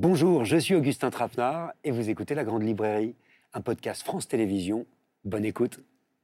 Bonjour, je suis Augustin Trapenard et vous écoutez La Grande Librairie, un podcast France Télévisions. Bonne écoute.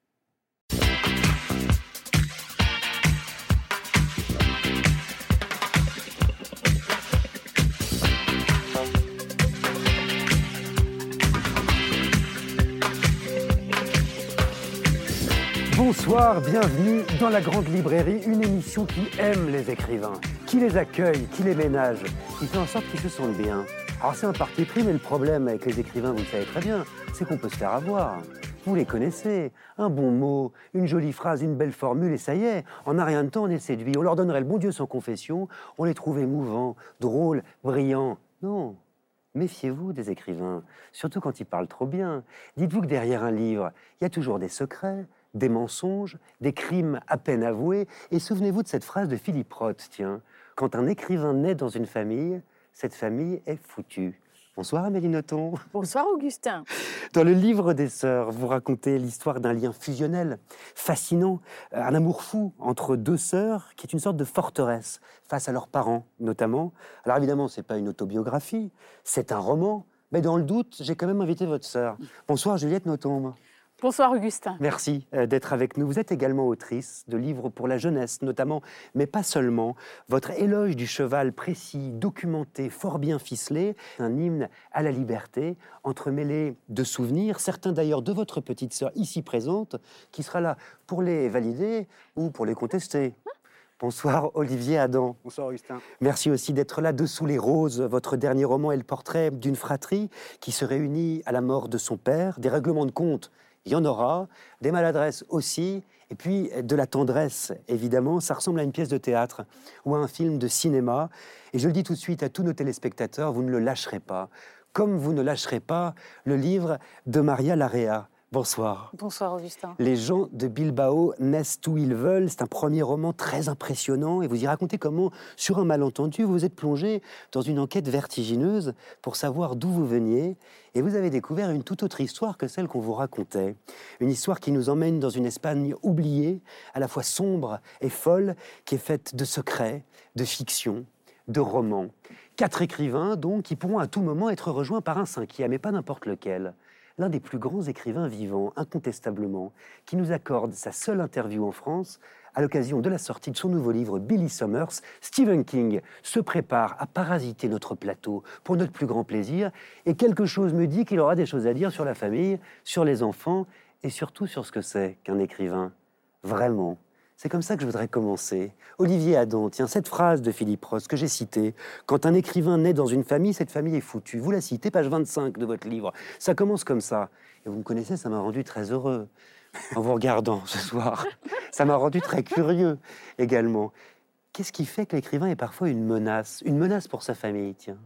Bonsoir, bienvenue dans La Grande Librairie, une émission qui aime les écrivains, qui les accueille, qui les ménage, qui fait en sorte qu'ils se sentent bien. Alors c'est un parti pris, mais le problème avec les écrivains, vous le savez très bien, c'est qu'on peut se faire avoir. Vous les connaissez, un bon mot, une jolie phrase, une belle formule, et ça y est, en un rien de temps, on est séduit. On leur donnerait le bon Dieu sans confession, on les trouve émouvants, drôles, brillants. Non, méfiez-vous des écrivains, surtout quand ils parlent trop bien. Dites-vous que derrière un livre, il y a toujours des secrets, des mensonges, des crimes à peine avoués. Et souvenez-vous de cette phrase de Philippe Roth, tiens. Quand un écrivain naît dans une famille, cette famille est foutue. Bonsoir Amélie Nothomb. Bonsoir Augustin. Dans le livre des Sœurs, vous racontez l'histoire d'un lien fusionnel, fascinant, un amour fou entre deux sœurs qui est une sorte de forteresse face à leurs parents, notamment. Alors évidemment, c'est pas une autobiographie, c'est un roman. Mais dans le doute, j'ai quand même invité votre sœur. Bonsoir Juliette Nothomb. Bonsoir Augustin. Merci d'être avec nous. Vous êtes également autrice de livres pour la jeunesse, notamment, mais pas seulement. Votre éloge du cheval précis, documenté, fort bien ficelé, un hymne à la liberté, entremêlé de souvenirs, certains d'ailleurs de votre petite sœur ici présente, qui sera là pour les valider ou pour les contester. Bonsoir Olivier Adam. Bonsoir Augustin. Merci aussi d'être là. Dessous les roses, votre dernier roman est le portrait d'une fratrie qui se réunit à la mort de son père, des règlements de compte. Il y en aura, des maladresses aussi, et puis de la tendresse, évidemment. Ça ressemble à une pièce de théâtre ou à un film de cinéma. Et je le dis tout de suite à tous nos téléspectateurs, vous ne le lâcherez pas. Comme vous ne lâcherez pas le livre de Maria Larrea. Bonsoir. Bonsoir Augustin. Les gens de Bilbao naissent où ils veulent. C'est un premier roman très impressionnant et vous y racontez comment, sur un malentendu, vous vous êtes plongé dans une enquête vertigineuse pour savoir d'où vous veniez et vous avez découvert une toute autre histoire que celle qu'on vous racontait. Une histoire qui nous emmène dans une Espagne oubliée, à la fois sombre et folle, qui est faite de secrets, de fiction, de romans. 4 écrivains, donc, qui pourront à tout moment être rejoints par un cinquième, et pas n'importe lequel. L'un des plus grands écrivains vivants, incontestablement, qui nous accorde sa seule interview en France à l'occasion de la sortie de son nouveau livre Billy Summers. Stephen King se prépare à parasiter notre plateau pour notre plus grand plaisir et quelque chose me dit qu'il aura des choses à dire sur la famille, sur les enfants et surtout sur ce que c'est qu'un écrivain. Vraiment. C'est comme ça que je voudrais commencer. Olivier Adam, tiens, cette phrase de Philippe Roth que j'ai citée, quand un écrivain naît dans une famille, cette famille est foutue. Vous la citez, page 25 de votre livre. Ça commence comme ça. Et vous me connaissez, ça m'a rendu très heureux en vous regardant ce soir. Ça m'a rendu très curieux également. Qu'est-ce qui fait que l'écrivain est parfois une menace pour sa famille, tiens?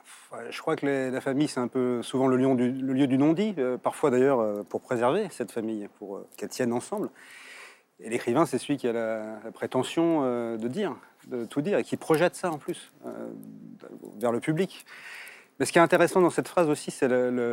Je crois que la famille, c'est un peu souvent le lieu du non-dit, parfois d'ailleurs pour préserver cette famille, pour qu'elle tienne ensemble. Et l'écrivain, c'est celui qui a la prétention de tout dire, et qui projette ça en plus vers le public. Mais ce qui est intéressant dans cette phrase aussi, c'est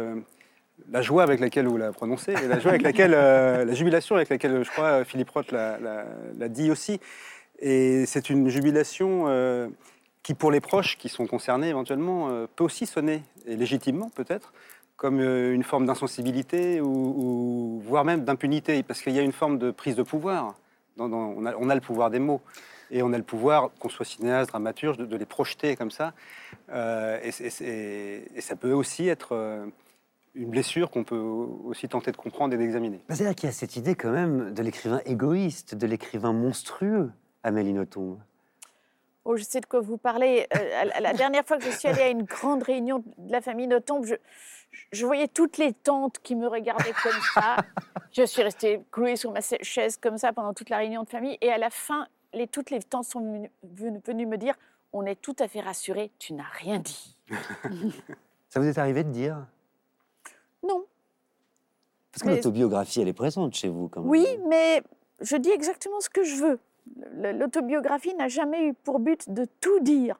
la joie avec laquelle vous la prononcez, et la joie avec laquelle, la jubilation avec laquelle, je crois, Philippe Roth l'a dit aussi. Et c'est une jubilation qui, pour les proches qui sont concernés éventuellement, peut aussi sonner, et légitimement peut-être, comme une forme d'insensibilité ou voire même d'impunité, parce qu'il y a une forme de prise de pouvoir. On a le pouvoir des mots, et on a le pouvoir, qu'on soit cinéaste, dramaturge, de les projeter comme ça. Et ça peut aussi être une blessure qu'on peut aussi tenter de comprendre et d'examiner. C'est-à-dire qu'il y a cette idée quand même de l'écrivain égoïste, de l'écrivain monstrueux, Amélie Nothomb. Oh, je sais de quoi vous parlez. La dernière fois que je suis allée à une grande réunion de la famille Nothomb, je voyais toutes les tantes qui me regardaient comme ça. Je suis restée clouée sur ma chaise comme ça pendant toute la réunion de famille. Et à la fin, toutes les tantes sont venues me dire « On est tout à fait rassurés, tu n'as rien dit. » Ça vous est arrivé de dire? Non. Parce que l'autobiographie, elle est présente chez vous quand même. Oui, mais je dis exactement ce que je veux. L'autobiographie n'a jamais eu pour but de tout dire.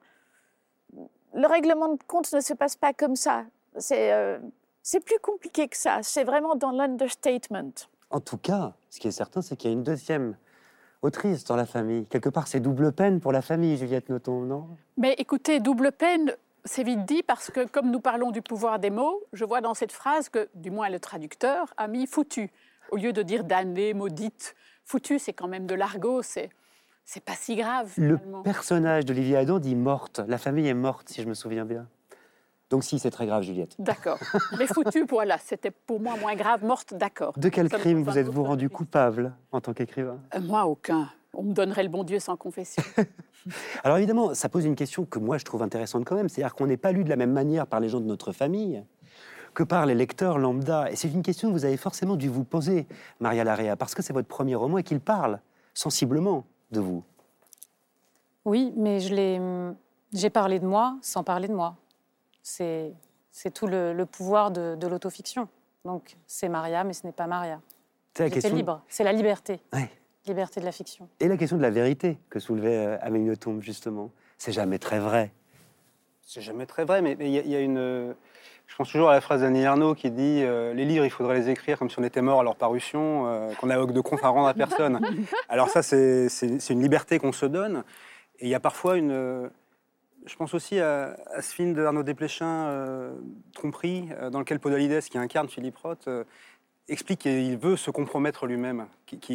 Le règlement de compte ne se passe pas comme ça. C'est plus compliqué que ça. C'est vraiment dans l'understatement. En tout cas, ce qui est certain, c'est qu'il y a une deuxième autrice dans la famille. Quelque part, c'est double peine pour la famille, Juliette Nothomb, non? Mais écoutez, double peine, c'est vite dit parce que, comme nous parlons du pouvoir des mots, je vois dans cette phrase que, du moins le traducteur, a mis « foutu ». Au lieu de dire « damné »,« maudite », « foutu », c'est quand même de l'argot, c'est pas si grave, Le finalement. personnage d'Olivier Adam dit morte. La famille est morte, si je me souviens bien. Donc si, c'est très grave, Juliette. D'accord. Mais foutu, voilà, c'était pour moi moins grave. Morte, d'accord. De quel Ça me crime pose vous un êtes-vous autre rendu truc. coupable en tant qu'écrivain? Moi, aucun. On me donnerait le bon Dieu sans confession. Alors évidemment, ça pose une question que moi je trouve intéressante quand même. C'est-à-dire qu'on n'est pas lu de la même manière par les gens de notre famille que par les lecteurs lambda. Et c'est une question que vous avez forcément dû vous poser, Maria Larrea, parce que c'est votre premier roman et qu'il parle sensiblement de vous. Oui, mais j'ai parlé de moi sans parler de moi. C'est tout le pouvoir de l'autofiction. Donc c'est Maria, mais ce n'est pas Maria. C'est la J'étais question. libre. C'est la liberté. Ouais. Liberté de la fiction. Et la question de la vérité que soulevait Amélie Nothomb, justement. C'est jamais très vrai. C'est jamais très vrai, mais il y a une... Je pense toujours à la phrase d'Annie Ernaux qui dit les livres, il faudrait les écrire comme si on était mort à leur parution, qu'on n'a de compte à rendre à personne. Alors ça, c'est une liberté qu'on se donne. Et il y a parfois une... Je pense aussi à ce film d'Arnaud Desplechin, Tromperie, dans lequel Podalides, qui incarne Philippe Roth, explique qu'il veut se compromettre lui-même,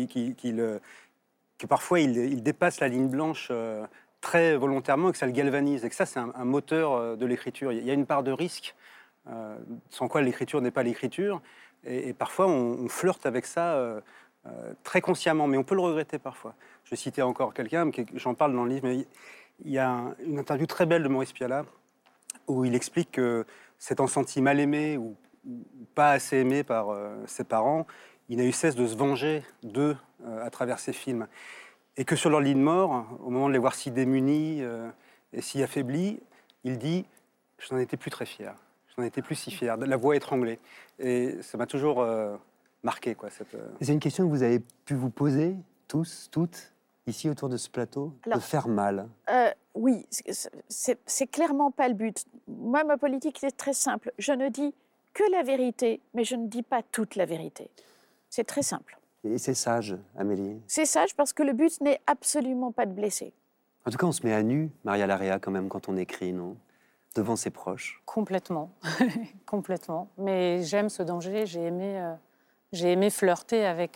que parfois il dépasse la ligne blanche très volontairement et que ça le galvanise. Et que ça, c'est un moteur de l'écriture. Il y a une part de risque, sans quoi l'écriture n'est pas l'écriture. Et parfois, on flirte avec ça très consciemment, mais on peut le regretter parfois. Je citais encore quelqu'un, j'en parle dans le livre, mais il y a une interview très belle de Maurice Pialat où il explique que s'étant senti mal aimé ou pas assez aimé par ses parents, il n'a eu cesse de se venger d'eux à travers ses films. Et que sur leur lit de mort, au moment de les voir si démunis et si affaiblis, il dit « je n'en étais plus très fier, je n'en étais plus si fier », la voix étranglée. Et ça m'a toujours marqué, quoi. C'est une question que vous avez pu vous poser, tous, toutes, ici autour de ce plateau, Alors, de faire mal. Oui, c'est clairement pas le but. Moi, ma politique est très simple. Je ne dis que la vérité, mais je ne dis pas toute la vérité. C'est très simple. Et c'est sage, Amélie. C'est sage parce que le but n'est absolument pas de blesser. En tout cas, on se met à nu, Maria Larrea, quand même, quand on écrit, non? Devant ses proches. Complètement. Complètement. Mais j'aime ce danger. J'ai aimé flirter avec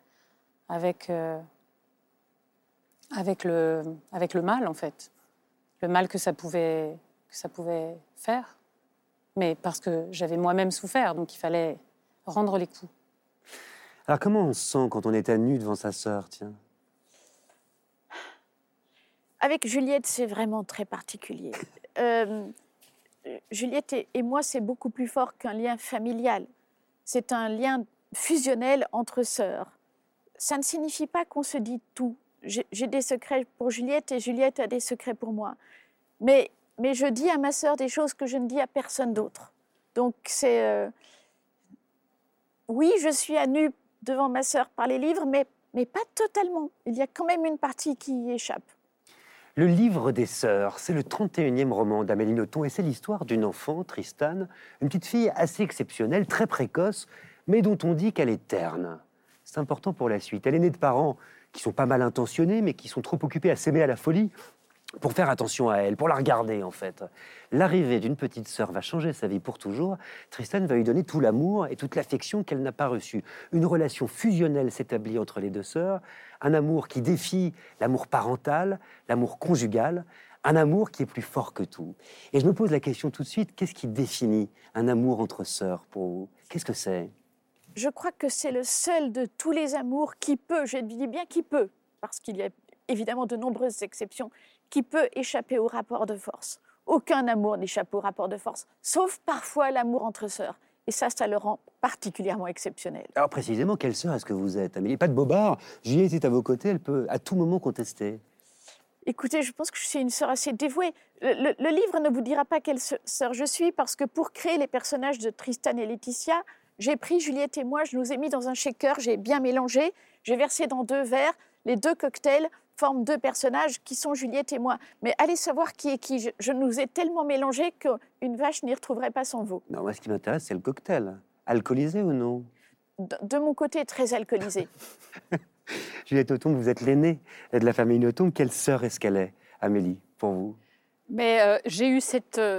le mal, en fait. Le mal que ça pouvait faire. Mais parce que j'avais moi-même souffert, donc il fallait rendre les coups. Alors, comment on se sent quand on est à nu devant sa sœur, tiens? Avec Juliette, c'est vraiment très particulier. Juliette et moi, c'est beaucoup plus fort qu'un lien familial. C'est un lien fusionnel entre sœurs. Ça ne signifie pas qu'on se dit tout. J'ai des secrets pour Juliette et Juliette a des secrets pour moi. Mais je dis à ma sœur des choses que je ne dis à personne d'autre. Donc c'est... Oui, je suis à nu devant ma sœur par les livres, mais pas totalement. Il y a quand même une partie qui y échappe. Le livre des sœurs, c'est le 31e roman d'Amélie Nothomb et c'est l'histoire d'une enfant, Tristan, une petite fille assez exceptionnelle, très précoce, mais dont on dit qu'elle est terne. C'est important pour la suite. Elle est née de parents qui sont pas mal intentionnés, mais qui sont trop occupés à s'aimer à la folie pour faire attention à elle, pour la regarder en fait. L'arrivée d'une petite sœur va changer sa vie pour toujours. Tristan va lui donner tout l'amour et toute l'affection qu'elle n'a pas reçue. Une relation fusionnelle s'établit entre les deux sœurs, un amour qui défie l'amour parental, l'amour conjugal, un amour qui est plus fort que tout. Et je me pose la question tout de suite, qu'est-ce qui définit un amour entre sœurs pour vous? Qu'est-ce que c'est? Je crois que c'est le seul de tous les amours qui peut, je dis bien qui peut, parce qu'il y a évidemment de nombreuses exceptions, qui peut échapper au rapport de force. Aucun amour n'échappe au rapport de force, sauf parfois l'amour entre sœurs. Et ça le rend particulièrement exceptionnel. Alors précisément, quelle sœur est-ce que vous êtes, Amélie? Pas de bobard, Juliette est à vos côtés, elle peut à tout moment contester. Écoutez, je pense que je suis une sœur assez dévouée. Le livre ne vous dira pas quelle sœur je suis, parce que pour créer les personnages de Tristan et Laetitia, j'ai pris Juliette et moi, je nous ai mis dans un shaker, j'ai bien mélangé, j'ai versé dans 2 verres, les 2 cocktails forment 2 personnages qui sont Juliette et moi. Mais allez savoir qui est qui. Je nous ai tellement mélangés qu'une vache n'y retrouverait pas son veau. Non, moi ce qui m'intéresse, c'est le cocktail. Alcoolisé ou non? De mon côté, très alcoolisé. Juliette Nothomb, vous êtes l'aînée de la famille Nothomb. Quelle sœur est-ce qu'elle est, Amélie, pour vous? Mais j'ai eu cette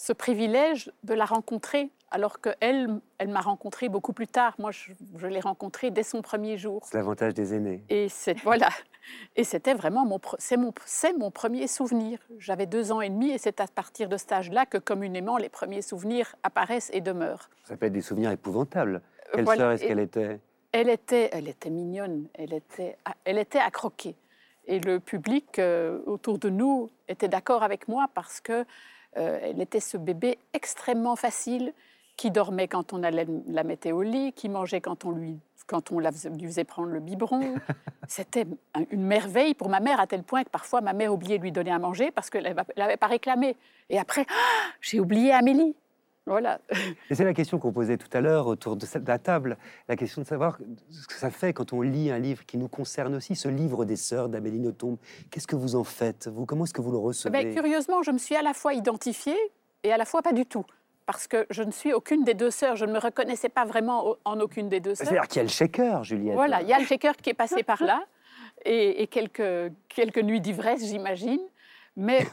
ce privilège de la rencontrer, alors qu'elle, elle m'a rencontrée beaucoup plus tard. Moi, je l'ai rencontrée dès son premier jour. C'est l'avantage des aînés. Et voilà. Et c'était vraiment c'est mon premier souvenir. J'avais 2 ans et demi, et c'est à partir de cet âge-là que communément les premiers souvenirs apparaissent et demeurent. Ça peut être des souvenirs épouvantables. Quelle Voilà. sœur est-ce qu'elle était? Elle était mignonne, elle était à croquer. Et le public autour de nous était d'accord avec moi parce que elle était ce bébé extrêmement facile, qui dormait quand on la mettait au lit, qui mangeait quand on lui faisait prendre le biberon. C'était une merveille pour ma mère, à tel point que parfois ma mère oubliait de lui donner à manger parce qu'elle n'avait pas réclamé. Et après, j'ai oublié Amélie. Voilà. Et c'est la question qu'on posait tout à l'heure autour de la table, la question de savoir ce que ça fait quand on lit un livre qui nous concerne aussi, ce livre des sœurs d'Amélie Nothomb. Qu'est-ce que vous en faites, vous? Comment est-ce que vous le recevez? Curieusement, je me suis à la fois identifiée et à la fois pas du tout. Parce que je ne suis aucune des 2 sœurs. Je ne me reconnaissais pas vraiment en aucune des 2 sœurs. C'est-à-dire qu'il y a le shaker, Juliette. Voilà, il y a le shaker qui est passé par là, et quelques nuits d'ivresse, j'imagine. Mais,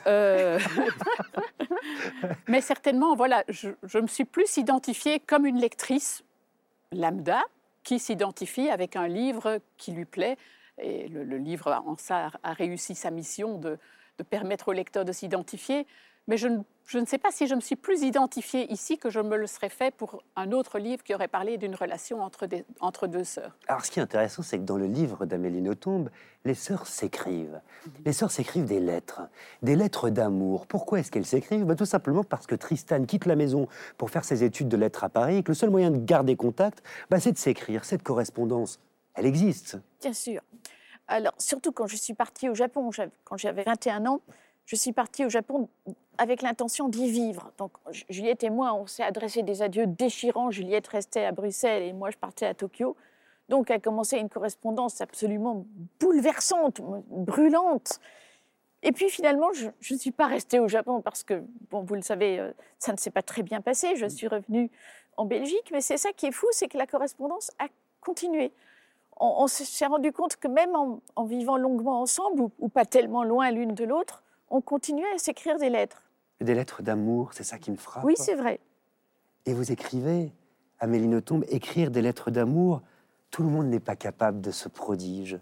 mais certainement, voilà, je me suis plus identifiée comme une lectrice lambda qui s'identifie avec un livre qui lui plaît. Et le livre, en ça, a réussi sa mission de permettre au lecteur de s'identifier. Mais je ne sais pas si je me suis plus identifiée ici que je me le serais fait pour un autre livre qui aurait parlé d'une relation entre 2 sœurs. Alors, ce qui est intéressant, c'est que dans le livre d'Amélie Nothomb, les sœurs s'écrivent. Les sœurs s'écrivent des lettres d'amour. Pourquoi est-ce qu'elles s'écrivent? Tout simplement parce que Tristan quitte la maison pour faire ses études de lettres à Paris et que le seul moyen de garder contact, c'est de s'écrire. Cette correspondance, elle existe. Bien sûr. Alors, surtout quand je suis partie au Japon, quand j'avais 21 ans, je suis partie au Japon avec l'intention d'y vivre. Donc, Juliette et moi, on s'est adressé des adieux déchirants. Juliette restait à Bruxelles et moi, je partais à Tokyo. Donc, a commencé une correspondance absolument bouleversante, brûlante. Et puis, finalement, je ne suis pas restée au Japon parce que, bon, vous le savez, ça ne s'est pas très bien passé. Je suis revenue en Belgique. Mais c'est ça qui est fou, c'est que la correspondance a continué. On s'est rendu compte que même en vivant longuement ensemble, ou pas tellement loin l'une de l'autre, on continuait à s'écrire des lettres. Des lettres d'amour, c'est ça qui me frappe. Oui, c'est vrai. Et vous écrivez, Amélie Nothomb, écrire des lettres d'amour, tout le monde n'est pas capable de ce prodige.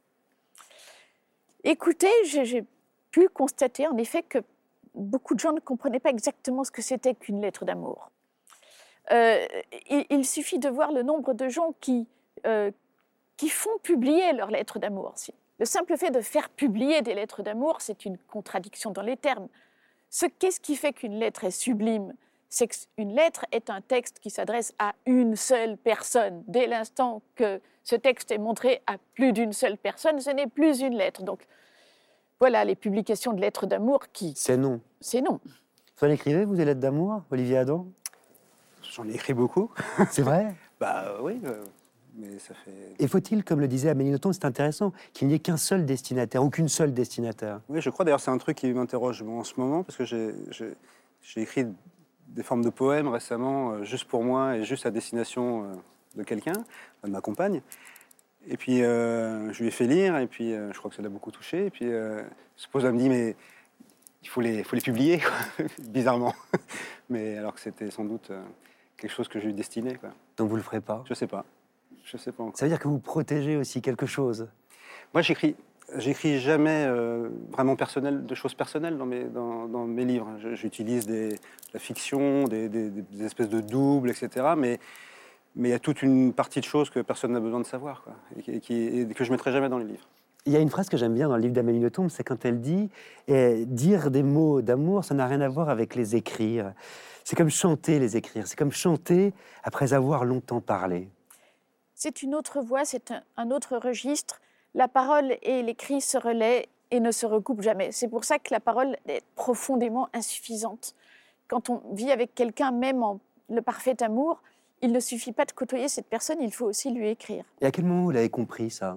Écoutez, j'ai pu constater en effet que beaucoup de gens ne comprenaient pas exactement ce que c'était qu'une lettre d'amour. Il suffit de voir le nombre de gens qui font publier leurs lettres d'amour. Le simple fait de faire publier des lettres d'amour, c'est une contradiction dans les termes. Qu'est-ce qui fait qu'une lettre est sublime? C'est qu'une lettre est un texte qui s'adresse à une seule personne. Dès l'instant que ce texte est montré à plus d'une seule personne, ce n'est plus une lettre. Donc, voilà les publications de lettres d'amour qui... C'est non. C'est non. Vous en écrivez, vous, des lettres d'amour, Olivier Adam? J'en ai écrit beaucoup. C'est vrai? Oui, mais ça fait... Et faut-il, comme le disait Amélie Nothomb, c'est intéressant, qu'il n'y ait qu'un seul destinataire ou qu'une seule destinataire? Oui, je crois d'ailleurs c'est un truc qui m'interroge en ce moment, parce que j'ai écrit des formes de poèmes récemment, juste pour moi et juste à destination de quelqu'un, de ma compagne. Et puis je lui ai fait lire, et puis je crois que ça l'a beaucoup touché. Et puis suppose elle me dit, mais il faut les publier, quoi, bizarrement. Mais alors que c'était sans doute quelque chose que je lui destinais, quoi. Donc vous le ferez pas? Je sais pas. Je sais pas encore. Ça veut dire que vous protégez aussi quelque chose? Moi, j'écris jamais vraiment de choses personnelles dans mes livres. J'utilise la fiction, des espèces de doubles, etc. Mais il y a toute une partie de choses que personne n'a besoin de savoir, quoi, et que je ne mettrai jamais dans les livres. Il y a une phrase que j'aime bien dans le livre d'Amélie Nothomb, c'est quand elle dit dire des mots d'amour, ça n'a rien à voir avec les écrire. C'est comme chanter les écrire. C'est comme chanter après avoir longtemps parlé. C'est une autre voix, c'est un autre registre. La parole et l'écrit se relaient et ne se recoupent jamais. C'est pour ça que la parole est profondément insuffisante. Quand on vit avec quelqu'un, même en le parfait amour, il ne suffit pas de côtoyer cette personne, il faut aussi lui écrire. Et à quel moment vous l'avez compris, ça?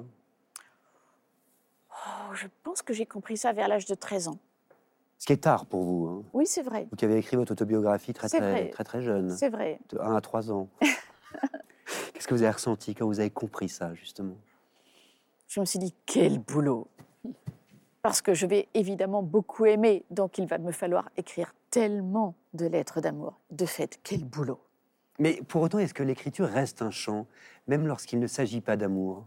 Je pense que j'ai compris ça vers l'âge de 13 ans. Ce qui est tard pour vous, hein. Oui, c'est vrai. Vous qui avez écrit votre autobiographie très jeune. C'est vrai. De 1 à 3 ans. Qu'est-ce que vous avez ressenti quand vous avez compris ça, justement? Je me suis dit, quel boulot! Parce que je vais évidemment beaucoup aimer, donc il va me falloir écrire tellement de lettres d'amour. De fait, quel boulot! Mais pour autant, est-ce que l'écriture reste un chant, même lorsqu'il ne s'agit pas d'amour?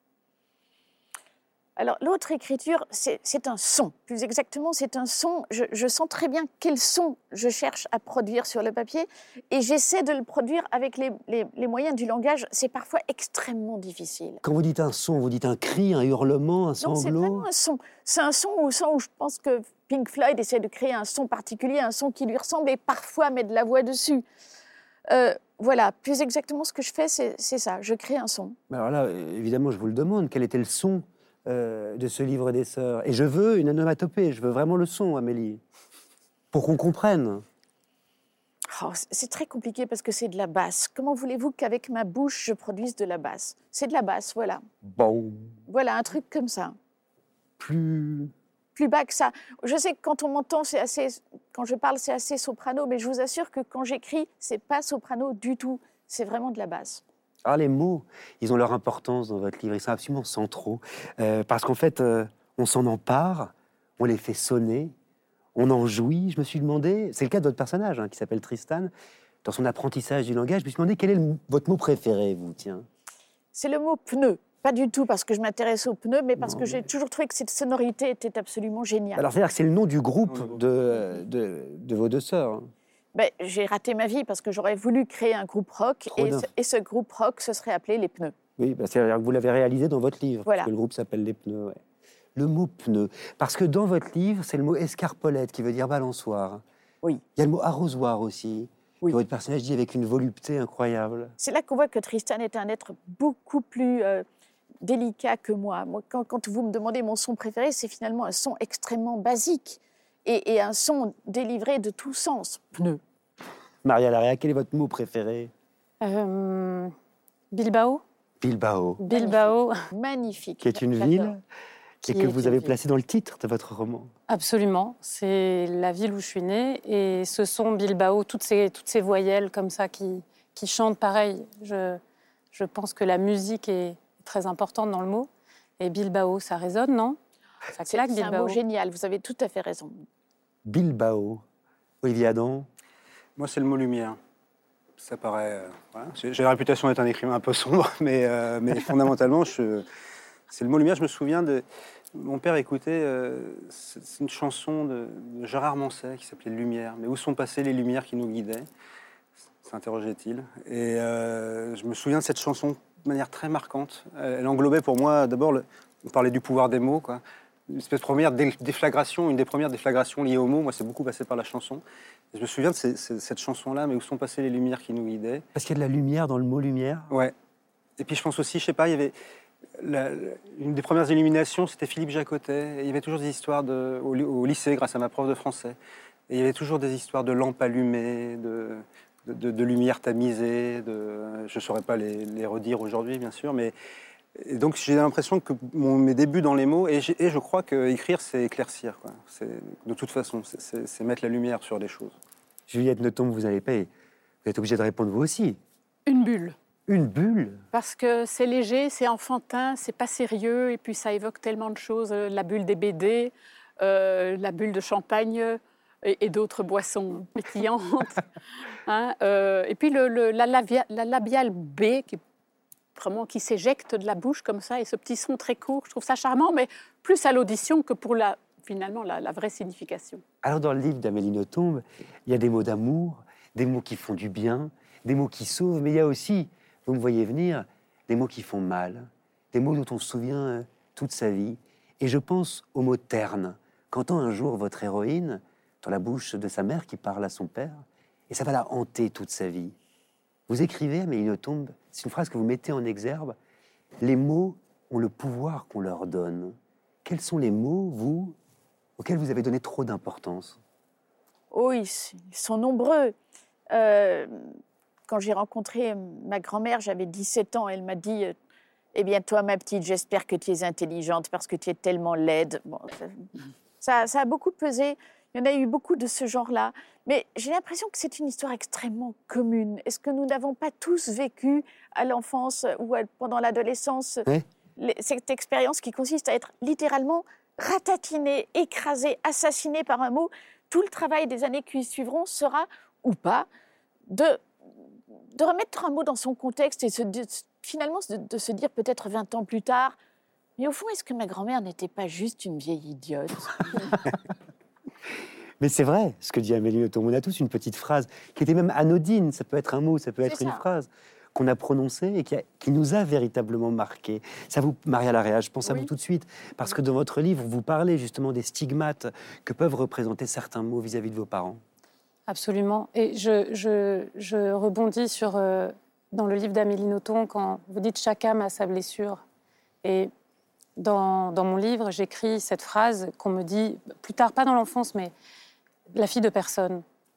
Alors, l'autre écriture, c'est un son. Plus exactement, c'est un son. Je sens très bien quel son je cherche à produire sur le papier et j'essaie de le produire avec les moyens du langage. C'est parfois extrêmement difficile. Quand vous dites un son, vous dites un cri, un hurlement, un Non, c'est sanglot? vraiment un son. C'est un son où je pense que Pink Floyd essaie de créer un son particulier, un son qui lui ressemble et parfois met de la voix dessus. Voilà, plus exactement ce que je fais, c'est ça. Je crée un son. Alors là, évidemment, je vous le demande, quel était le son de ce livre des sœurs? Et je veux une onomatopée, je veux vraiment le son, Amélie, pour qu'on comprenne. Oh, c'est très compliqué parce que c'est de la basse. Comment voulez-vous qu'avec ma bouche, je produise de la basse? C'est de la basse, voilà. Bon, Voilà, un truc comme ça. plus... Plus bas que ça. Je sais que quand on m'entend, quand je parle, c'est assez soprano, mais je vous assure que quand j'écris, c'est pas soprano du tout. C'est vraiment de la basse. Alors les mots, ils ont leur importance dans votre livre, ils sont absolument centraux. Parce qu'en fait, on s'en empare, on les fait sonner, on en jouit. Je me suis demandé, c'est le cas de votre personnage, hein, qui s'appelle Tristan, dans son apprentissage du langage, je me suis demandé quel est votre mot préféré, vous, tiens? C'est le mot pneu. Pas du tout parce que je m'intéresse aux pneus, mais parce Non, que j'ai toujours trouvé que cette sonorité était absolument géniale. Alors c'est-à-dire que c'est le nom du groupe de vos deux sœurs. Hein. Ben, j'ai raté ma vie parce que j'aurais voulu créer un groupe rock et ce groupe rock se serait appelé Les Pneus. Oui, bah, c'est-à-dire que vous l'avez réalisé dans votre livre, Voilà. parce que le groupe s'appelle Les Pneus. Ouais. Le mot pneu, parce que dans votre livre, c'est le mot escarpolette qui veut dire balançoire. Oui. Il y a le mot arrosoir aussi, Oui. que votre personnage dit avec une volupté incroyable. C'est là qu'on voit que Tristan est un être beaucoup plus délicat que moi. Moi, quand vous me demandez mon son préféré, c'est finalement un son extrêmement basique et un son délivré de tout sens. Pneu. Maria Larrea, quel est votre mot préféré? Bilbao. Bilbao, Bilbao, Magnifique. qui est une J'adore. ville Qui et que est vous une avez ville. placée dans le titre de votre roman. absolument. C'est la ville où je suis née. Et ce son Bilbao, toutes ces voyelles comme ça qui chantent pareil. Je pense que la musique est très importante dans le mot. Et Bilbao, ça résonne, non? Ça claque, C'est un Bilbao. mot génial, vous avez tout à fait raison. Bilbao. Olivier Adam. Moi, c'est le mot lumière. Ça paraît... voilà. J'ai la réputation d'être un écrivain un peu sombre, mais fondamentalement, c'est le mot lumière. Je me souviens de... Mon père écoutait c'est une chanson de Gérard Manset qui s'appelait Lumière. Mais où sont passées les lumières qui nous guidaient? S'interrogeait-il. Et je me souviens de cette chanson de manière très marquante. Elle englobait pour moi, d'abord, on parlait du pouvoir des mots, quoi. Une espèce de première déflagration, une des premières déflagrations liées aux mots. Moi, c'est beaucoup passé par la chanson. Et je me souviens de cette chanson-là, mais où sont passées les lumières qui nous guidaient? Parce qu'il y a de la lumière dans le mot lumière. Ouais. Et puis je pense aussi, je sais pas, il y avait une des premières illuminations, c'était Philippe Jacotet. Et il y avait toujours des histoires au lycée, grâce à ma prof de français. Et il y avait toujours des histoires de lampes allumées, de lumière tamisée. Je ne saurais pas les redire aujourd'hui, bien sûr, mais et donc j'ai l'impression que mes débuts dans les mots, et je crois qu'écrire, c'est éclaircir, quoi. De toute façon, c'est mettre la lumière sur des choses. Juliette Nothomb, vous n'allez pas. Vous êtes obligée de répondre vous aussi. Une bulle. Une bulle. Parce que c'est léger, c'est enfantin, c'est pas sérieux, et puis ça évoque tellement de choses. La bulle des BD, la bulle de champagne et d'autres boissons pétillantes. Hein, et puis la labiale B, qui s'éjecte de la bouche comme ça, et ce petit son très court, je trouve ça charmant, mais plus à l'audition que pour finalement la vraie signification. Alors dans le livre d'Amélie Nothomb, il y a des mots d'amour, des mots qui font du bien, des mots qui sauvent, mais il y a aussi, vous me voyez venir, des mots qui font mal, des mots dont on se souvient toute sa vie. Et je pense au mot terne, qu'entend un jour votre héroïne dans la bouche de sa mère qui parle à son père, et ça va la hanter toute sa vie. Vous écrivez, Amélie Nothomb, c'est une phrase que vous mettez en exergue, les mots ont le pouvoir qu'on leur donne. Quels sont les mots, vous, auxquels vous avez donné trop d'importance? Oh, ils sont nombreux. Quand j'ai rencontré ma grand-mère, j'avais 17 ans, elle m'a dit « Eh bien, toi, ma petite, j'espère que tu es intelligente parce que tu es tellement laide. » Bon, ça a beaucoup pesé. Il y en a eu beaucoup de ce genre-là. Mais j'ai l'impression que c'est une histoire extrêmement commune. Est-ce que nous n'avons pas tous vécu à l'enfance ou pendant l'adolescence Oui. cette expérience qui consiste à être littéralement ratatiné, écrasé, assassiné par un mot. Tout le travail des années qui suivront sera, ou pas, de remettre un mot dans son contexte et finalement de se dire peut-être 20 ans plus tard, mais au fond, est-ce que ma grand-mère n'était pas juste une vieille idiote? Mais c'est vrai, ce que dit Amélie Nothomb. On a tous une petite phrase qui était même anodine. Ça peut être un mot, ça peut être une phrase qu'on a prononcée et qui nous a véritablement marqué. Ça vous, Maria Larrea, je pense à vous tout de suite, parce que dans votre livre, vous parlez justement des stigmates que peuvent représenter certains mots vis-à-vis de vos parents. Absolument. Et je rebondis sur, dans le livre d'Amélie Nothomb, quand vous dites « chaque âme a sa blessure ». Et dans mon livre, j'écris cette phrase qu'on me dit, plus tard, pas dans l'enfance, mais « la fille de personne ».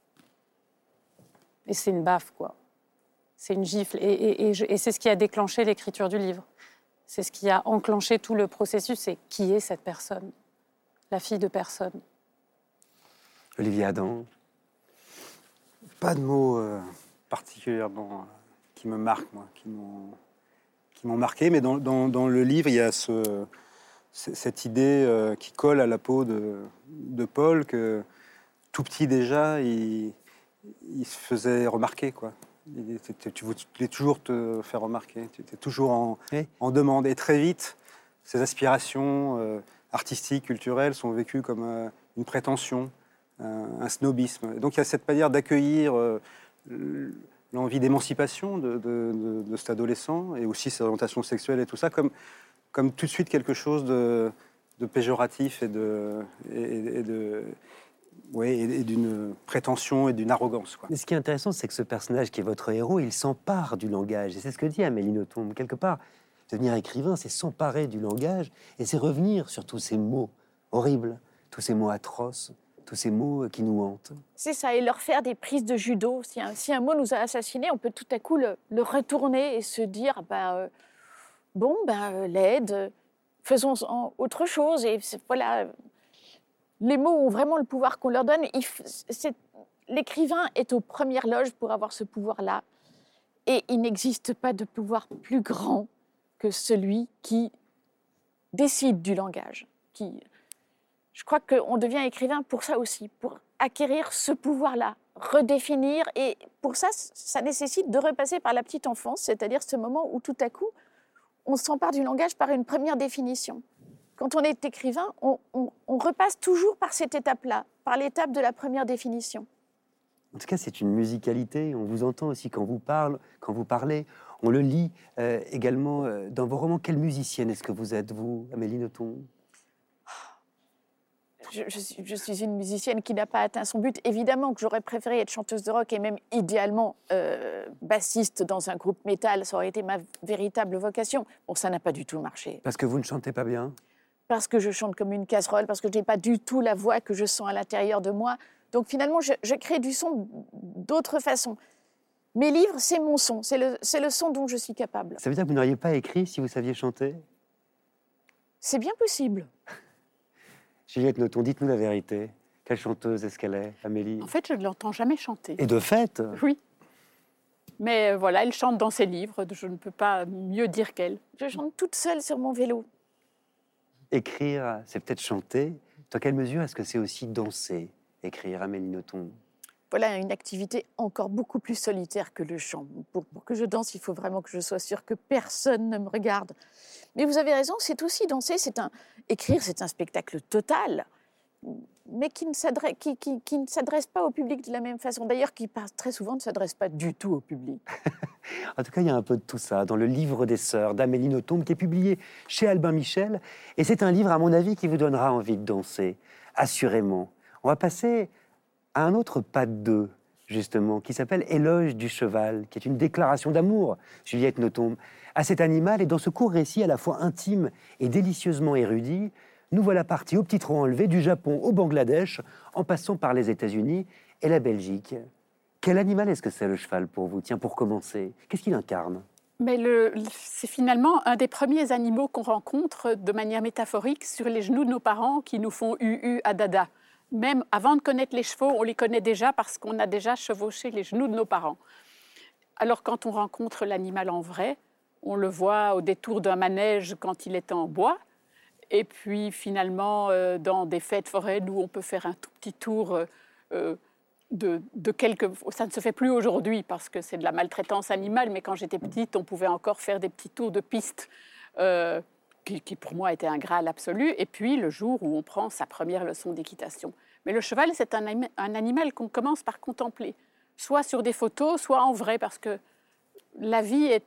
Et c'est une baffe, quoi. C'est une gifle. Et c'est ce qui a déclenché l'écriture du livre. C'est ce qui a enclenché tout le processus. C'est qui est cette personne? La fille de personne. Olivier Adam. Pas de mots particulièrement qui me marquent, moi, qui m'ont marqué, mais dans le livre, il y a cette idée qui colle à la peau de Paul, que tout petit déjà, il se faisait remarquer, quoi. Tu voulais toujours te faire remarquer, tu étais toujours en demande. Et très vite, ces aspirations artistiques, culturelles sont vécues comme une prétention, un snobisme. Et donc il y a cette manière d'accueillir l'envie d'émancipation de cet adolescent et aussi ses orientations sexuelles et tout ça comme tout de suite quelque chose de péjoratif et d'une prétention et d'une arrogance, quoi. Mais ce qui est intéressant, c'est que ce personnage qui est votre héros, il s'empare du langage. Et c'est ce que dit Amélie Nothomb. Quelque part, devenir écrivain, c'est s'emparer du langage et c'est revenir sur tous ces mots horribles, tous ces mots atroces, tous ces mots qui nous hantent. C'est ça, et leur faire des prises de judo. Si un mot nous a assassinés, on peut tout à coup le retourner et se dire l'aide, faisons autre chose. Et voilà, les mots ont vraiment le pouvoir qu'on leur donne. L'écrivain est aux premières loges pour avoir ce pouvoir-là. Et il n'existe pas de pouvoir plus grand que celui qui décide du langage. Je crois qu'on devient écrivain pour ça aussi, pour acquérir ce pouvoir-là, redéfinir. Et pour ça, ça nécessite de repasser par la petite enfance, c'est-à-dire ce moment où tout à coup, on s'empare du langage par une première définition. Quand on est écrivain, on repasse toujours par cette étape-là, par l'étape de la première définition. En tout cas, c'est une musicalité. On vous entend aussi quand vous parlez. On le lit également dans vos romans. Quelle musicienne est-ce que vous êtes, vous, Amélie Nothomb ? Je suis une musicienne qui n'a pas atteint son but. Évidemment que j'aurais préféré être chanteuse de rock et même idéalement bassiste dans un groupe métal. Ça aurait été ma véritable vocation. Bon, ça n'a pas du tout marché. Parce que vous ne chantez pas bien ? Parce que je chante comme une casserole, parce que je n'ai pas du tout la voix que je sens à l'intérieur de moi. Donc finalement, je crée du son d'autres façons. Mes livres, c'est mon son. C'est le son dont je suis capable. Ça veut dire que vous n'auriez pas écrit si vous saviez chanter ? C'est bien possible. Juliette Nothomb, dites-nous la vérité. Quelle chanteuse est-ce qu'elle est, Amélie ? En fait, je ne l'entends jamais chanter. Et de fait ? Oui. Mais voilà, elle chante dans ses livres. Je ne peux pas mieux dire qu'elle. Je chante toute seule sur mon vélo. Écrire, c'est peut-être chanter. Dans quelle mesure est-ce que c'est aussi danser, écrire, Amélie Nothomb ? Voilà une activité encore beaucoup plus solitaire que le chant. Pour que je danse, il faut vraiment que je sois sûre que personne ne me regarde. Mais vous avez raison, c'est aussi danser. Écrire, c'est un spectacle total, mais qui ne s'adresse pas au public de la même façon. D'ailleurs, qui très souvent ne s'adresse pas du tout au public. En tout cas, il y a un peu de tout ça dans le livre des sœurs d'Amélie Nothomb, qui est publié chez Albin Michel. Et c'est un livre, à mon avis, qui vous donnera envie de danser, assurément. On va passer à un autre pas de deux, justement, qui s'appelle Éloge du cheval, qui est une déclaration d'amour, Juliette Nothomb, à cet animal. Et dans ce court récit à la fois intime et délicieusement érudit, nous voilà partis au petit trot enlevé du Japon au Bangladesh, en passant par les États-Unis et la Belgique. Quel animal est-ce que c'est, le cheval, pour vous ? Tiens, pour commencer, qu'est-ce qu'il incarne ? Mais c'est finalement un des premiers animaux qu'on rencontre de manière métaphorique sur les genoux de nos parents qui nous font hu-hu à dada. Même avant de connaître les chevaux, on les connaît déjà parce qu'on a déjà chevauché les genoux de nos parents. Alors quand on rencontre l'animal en vrai, on le voit au détour d'un manège quand il est en bois, Et puis finalement, dans des fêtes foraines où on peut faire un tout petit tour de quelques... Ça ne se fait plus aujourd'hui parce que c'est de la maltraitance animale, mais quand j'étais petite, on pouvait encore faire des petits tours de piste qui pour moi était un graal absolu. Et puis le jour où on prend sa première leçon d'équitation. Mais le cheval, c'est un animal qu'on commence par contempler, soit sur des photos, soit en vrai, parce que la vie est...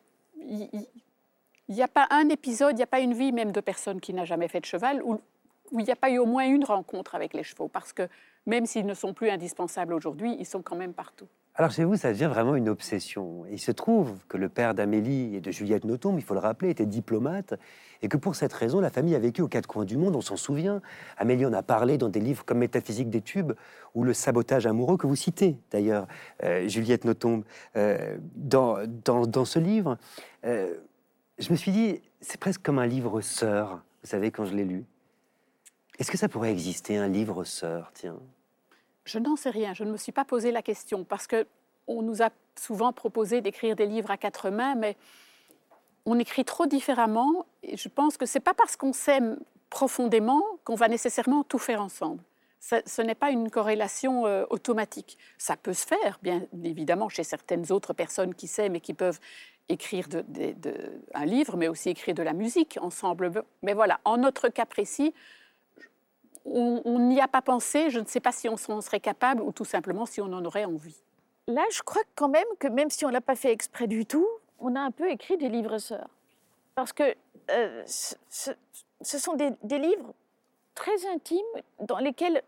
Il n'y a pas un épisode, il n'y a pas une vie même de personne qui n'a jamais fait de cheval où il n'y a pas eu au moins une rencontre avec les chevaux, parce que même s'ils ne sont plus indispensables aujourd'hui, ils sont quand même partout. Alors chez vous, ça devient vraiment une obsession. Et il se trouve que le père d'Amélie et de Juliette Nothomb, il faut le rappeler, était diplomate, et que pour cette raison, la famille a vécu aux quatre coins du monde, on s'en souvient. Amélie en a parlé dans des livres comme Métaphysique des tubes, ou Le sabotage amoureux, que vous citez d'ailleurs, Juliette Nothomb, dans ce livre. Je me suis dit, c'est presque comme un livre-sœur, vous savez, quand je l'ai lu. Est-ce que ça pourrait exister, un livre-sœur, tiens? Je n'en sais rien, je ne me suis pas posé la question, parce qu'on nous a souvent proposé d'écrire des livres à quatre mains, mais on écrit trop différemment, et je pense que ce n'est pas parce qu'on s'aime profondément qu'on va nécessairement tout faire ensemble. Ce n'est pas une corrélation automatique. Ça peut se faire, bien évidemment, chez certaines autres personnes qui s'aiment et qui peuvent écrire un livre, mais aussi écrire de la musique ensemble. Mais voilà, en notre cas précis, on n'y a pas pensé. Je ne sais pas si on en serait capable ou tout simplement si on en aurait envie. Là, je crois quand même que même si on ne l'a pas fait exprès du tout, on a un peu écrit des livres-sœurs. Parce que ce sont des livres très intimes dans lesquels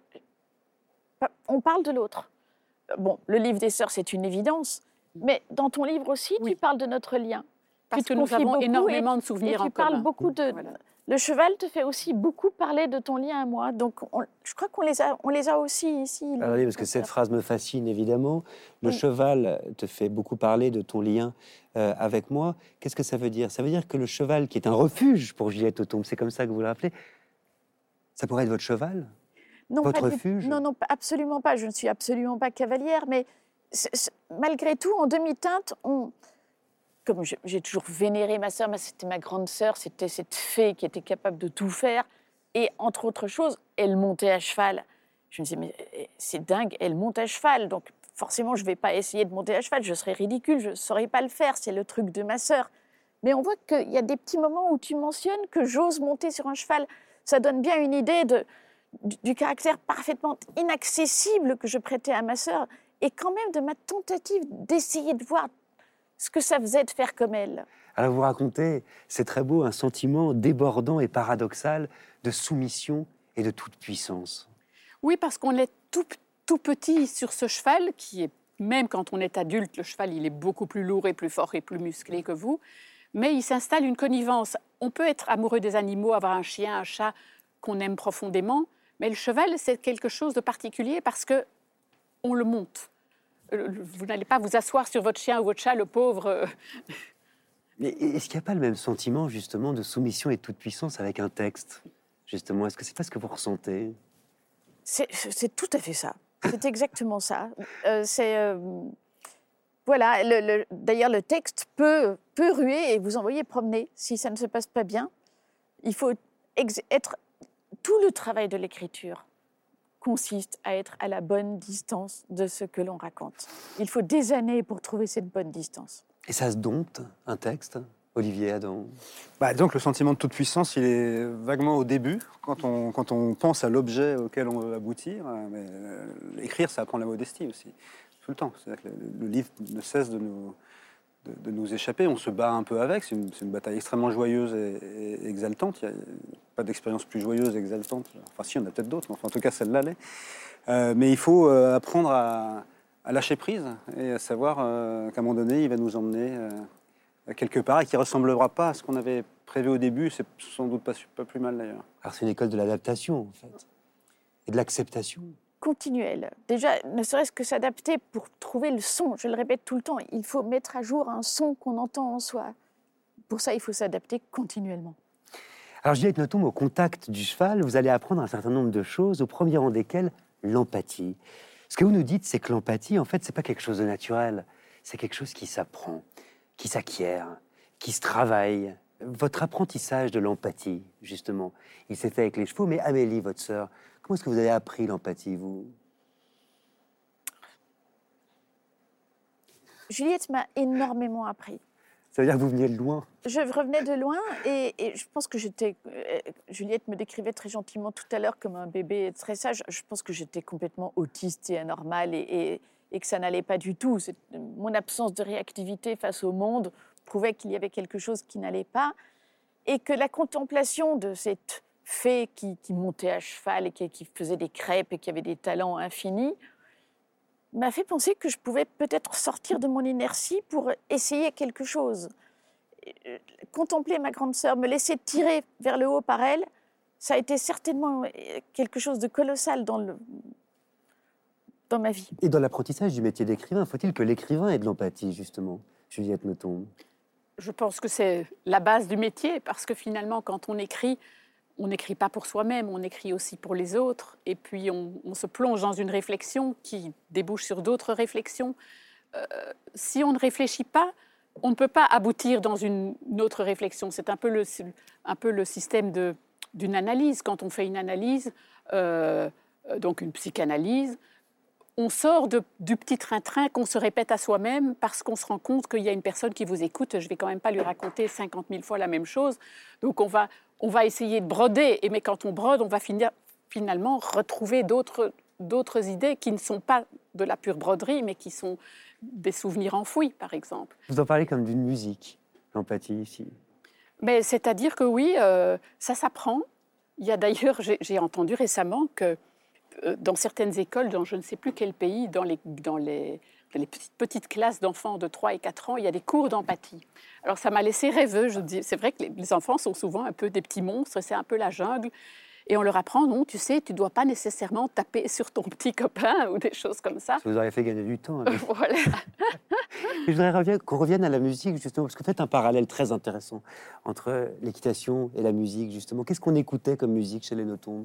on parle de l'autre. Bon, le livre des sœurs, c'est une évidence, mais dans ton livre aussi, Oui. Tu parles de notre lien. Parce que nous avons énormément de souvenirs en commun. Tu parles beaucoup de... Voilà. Le cheval te fait aussi beaucoup parler de ton lien à moi. Donc, je crois qu'on les a aussi ici. Alors oui, parce que cette phrase me fascine, évidemment. Le Oui. cheval te fait beaucoup parler de ton lien avec moi. Qu'est-ce que ça veut dire? Ça veut dire que le cheval, qui est un refuge pour Juliette Nothomb, c'est comme ça que vous l'appelez, ça pourrait être votre cheval? Non, Votre pas refuge? Non, absolument pas. Je ne suis absolument pas cavalière, mais malgré tout, en demi-teinte, comme j'ai toujours vénéré ma sœur, c'était ma grande sœur, c'était cette fée qui était capable de tout faire. Et entre autres choses, elle montait à cheval. Je me disais, mais c'est dingue, elle monte à cheval. Donc forcément, je ne vais pas essayer de monter à cheval, je serais ridicule, je ne saurais pas le faire, c'est le truc de ma sœur. Mais on voit qu'il y a des petits moments où tu mentionnes que j'ose monter sur un cheval. Ça donne bien une idée du caractère parfaitement inaccessible que je prêtais à ma sœur et quand même de ma tentative d'essayer de voir ce que ça faisait de faire comme elle. Alors vous racontez, c'est très beau, un sentiment débordant et paradoxal de soumission et de toute puissance. Oui, parce qu'on est tout petit sur ce cheval qui est, même quand on est adulte, le cheval il est beaucoup plus lourd et plus fort et plus musclé que vous, mais il s'installe une connivence. On peut être amoureux des animaux, avoir un chien, un chat qu'on aime profondément, mais le cheval c'est quelque chose de particulier parce que on le monte. Vous n'allez pas vous asseoir sur votre chien ou votre chat, le pauvre. Mais est-ce qu'il n'y a pas le même sentiment, justement, de soumission et de toute puissance avec un texte, justement? Est-ce que c'est pas ce que vous ressentez? C'est tout à fait ça. C'est exactement ça. Voilà. D'ailleurs, le texte peut ruer et vous envoyer promener si ça ne se passe pas bien. Il faut être... Tout le travail de l'écriture consiste à être à la bonne distance de ce que l'on raconte. Il faut des années pour trouver cette bonne distance. Et ça se dompte, un texte, Olivier Adam? Donc le sentiment de toute puissance, il est vaguement au début, quand on pense à l'objet auquel on veut aboutir. Mais écrire, ça apprend la modestie aussi, tout le temps. C'est-à-dire que le livre ne cesse de nous échapper. On se bat un peu avec. C'est une bataille extrêmement joyeuse et exaltante. Il n'y a pas d'expérience plus joyeuse et exaltante. Enfin, si, il y en a peut-être d'autres, mais enfin, en tout cas, celle-là l'est. Mais il faut apprendre à lâcher prise et à savoir qu'à un moment donné, il va nous emmener quelque part et qui ne ressemblera pas à ce qu'on avait prévu au début. C'est sans doute pas plus mal, d'ailleurs. Alors c'est une école de l'adaptation, en fait, et de l'acceptation. Continuelle. Déjà, ne serait-ce que s'adapter pour trouver le son. Je le répète tout le temps, il faut mettre à jour un son qu'on entend en soi. Pour ça, il faut s'adapter continuellement. Alors Juliette Nothomb, au contact du cheval, vous allez apprendre un certain nombre de choses, au premier rang desquelles l'empathie. Ce que vous nous dites, c'est que l'empathie, en fait, c'est pas quelque chose de naturel. C'est quelque chose qui s'apprend, qui s'acquiert, qui se travaille. Votre apprentissage de l'empathie, justement, il s'est fait avec les chevaux, mais Amélie, votre sœur, comment est-ce que vous avez appris l'empathie, vous? Juliette m'a énormément appris. Ça veut dire que vous veniez de loin? Je revenais de loin et je pense que j'étais... Juliette me décrivait très gentiment tout à l'heure comme un bébé très sage. Je pense que j'étais complètement autiste et anormale et que ça n'allait pas du tout. Mon absence de réactivité face au monde prouvait qu'il y avait quelque chose qui n'allait pas et que la contemplation de cette fée qui montait à cheval et qui faisait des crêpes et qui avait des talents infinis m'a fait penser que je pouvais peut-être sortir de mon inertie pour essayer quelque chose. Contempler ma grande sœur, me laisser tirer vers le haut par elle, ça a été certainement quelque chose de colossal dans ma vie. Et dans l'apprentissage du métier d'écrivain, faut-il que l'écrivain ait de l'empathie, justement, Juliette Nothomb? Je pense que c'est la base du métier, parce que finalement, quand on n'écrit pas pour soi-même, on écrit aussi pour les autres. Et puis, on se plonge dans une réflexion qui débouche sur d'autres réflexions. Si on ne réfléchit pas, on ne peut pas aboutir dans une autre réflexion. C'est un peu le système d'une analyse. Quand on fait une analyse, donc une psychanalyse, on sort du petit train-train qu'on se répète à soi-même parce qu'on se rend compte qu'il y a une personne qui vous écoute. Je ne vais quand même pas lui raconter 50 000 fois la même chose. Donc, on va essayer de broder. Mais quand on brode, on va finalement retrouver d'autres idées qui ne sont pas de la pure broderie, mais qui sont des souvenirs enfouis, par exemple. Vous en parlez comme d'une musique, l'empathie, ici. Mais c'est-à-dire que oui, ça s'apprend. Il y a d'ailleurs, j'ai entendu récemment que dans certaines écoles, dans je ne sais plus quel pays, dans les petites classes d'enfants de 3 et 4 ans, il y a des cours d'empathie. Alors ça m'a laissé rêveux. Je dis, c'est vrai que les enfants sont souvent un peu des petits monstres, c'est un peu la jungle. Et on leur apprend, non, tu sais, tu ne dois pas nécessairement taper sur ton petit copain ou des choses comme ça. Ça vous aurait fait gagner du temps. Voilà. Je voudrais qu'on revienne à la musique, justement, parce que vous faites un parallèle très intéressant entre l'équitation et la musique, justement. Qu'est-ce qu'on écoutait comme musique chez les Nothomb?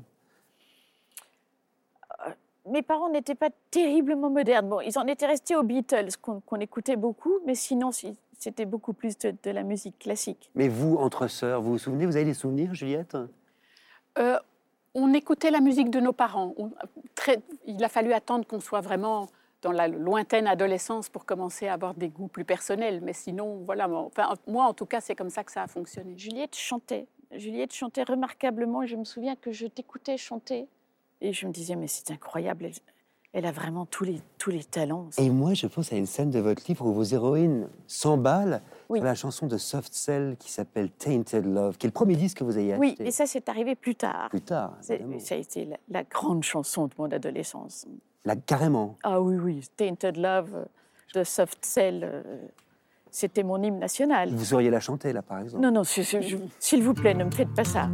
Mes parents n'étaient pas terriblement modernes. Bon, ils en étaient restés aux Beatles, qu'on écoutait beaucoup, mais sinon, c'était beaucoup plus de la musique classique. Mais vous, entre sœurs, vous vous souvenez? Vous avez des souvenirs, Juliette? On écoutait la musique de nos parents. Il a fallu attendre qu'on soit vraiment dans la lointaine adolescence pour commencer à avoir des goûts plus personnels. Mais sinon, voilà, moi, en tout cas, c'est comme ça que ça a fonctionné. Juliette chantait remarquablement. Je me souviens que je t'écoutais chanter. Et je me disais, mais c'est incroyable, elle a vraiment tous les talents. Et moi, je pense à une scène de votre livre où vos héroïnes s'emballent oui. sur la chanson de Soft Cell qui s'appelle Tainted Love, qui est le premier disque que vous ayez acheté. Oui, et ça, c'est arrivé plus tard. Plus tard, évidemment. Ça a été la grande chanson de mon adolescence. Carrément. Ah oui, Tainted Love de Soft Cell, c'était mon hymne national. Vous sauriez la chanter, là, par exemple? Non, s'il vous plaît, ne me faites pas ça.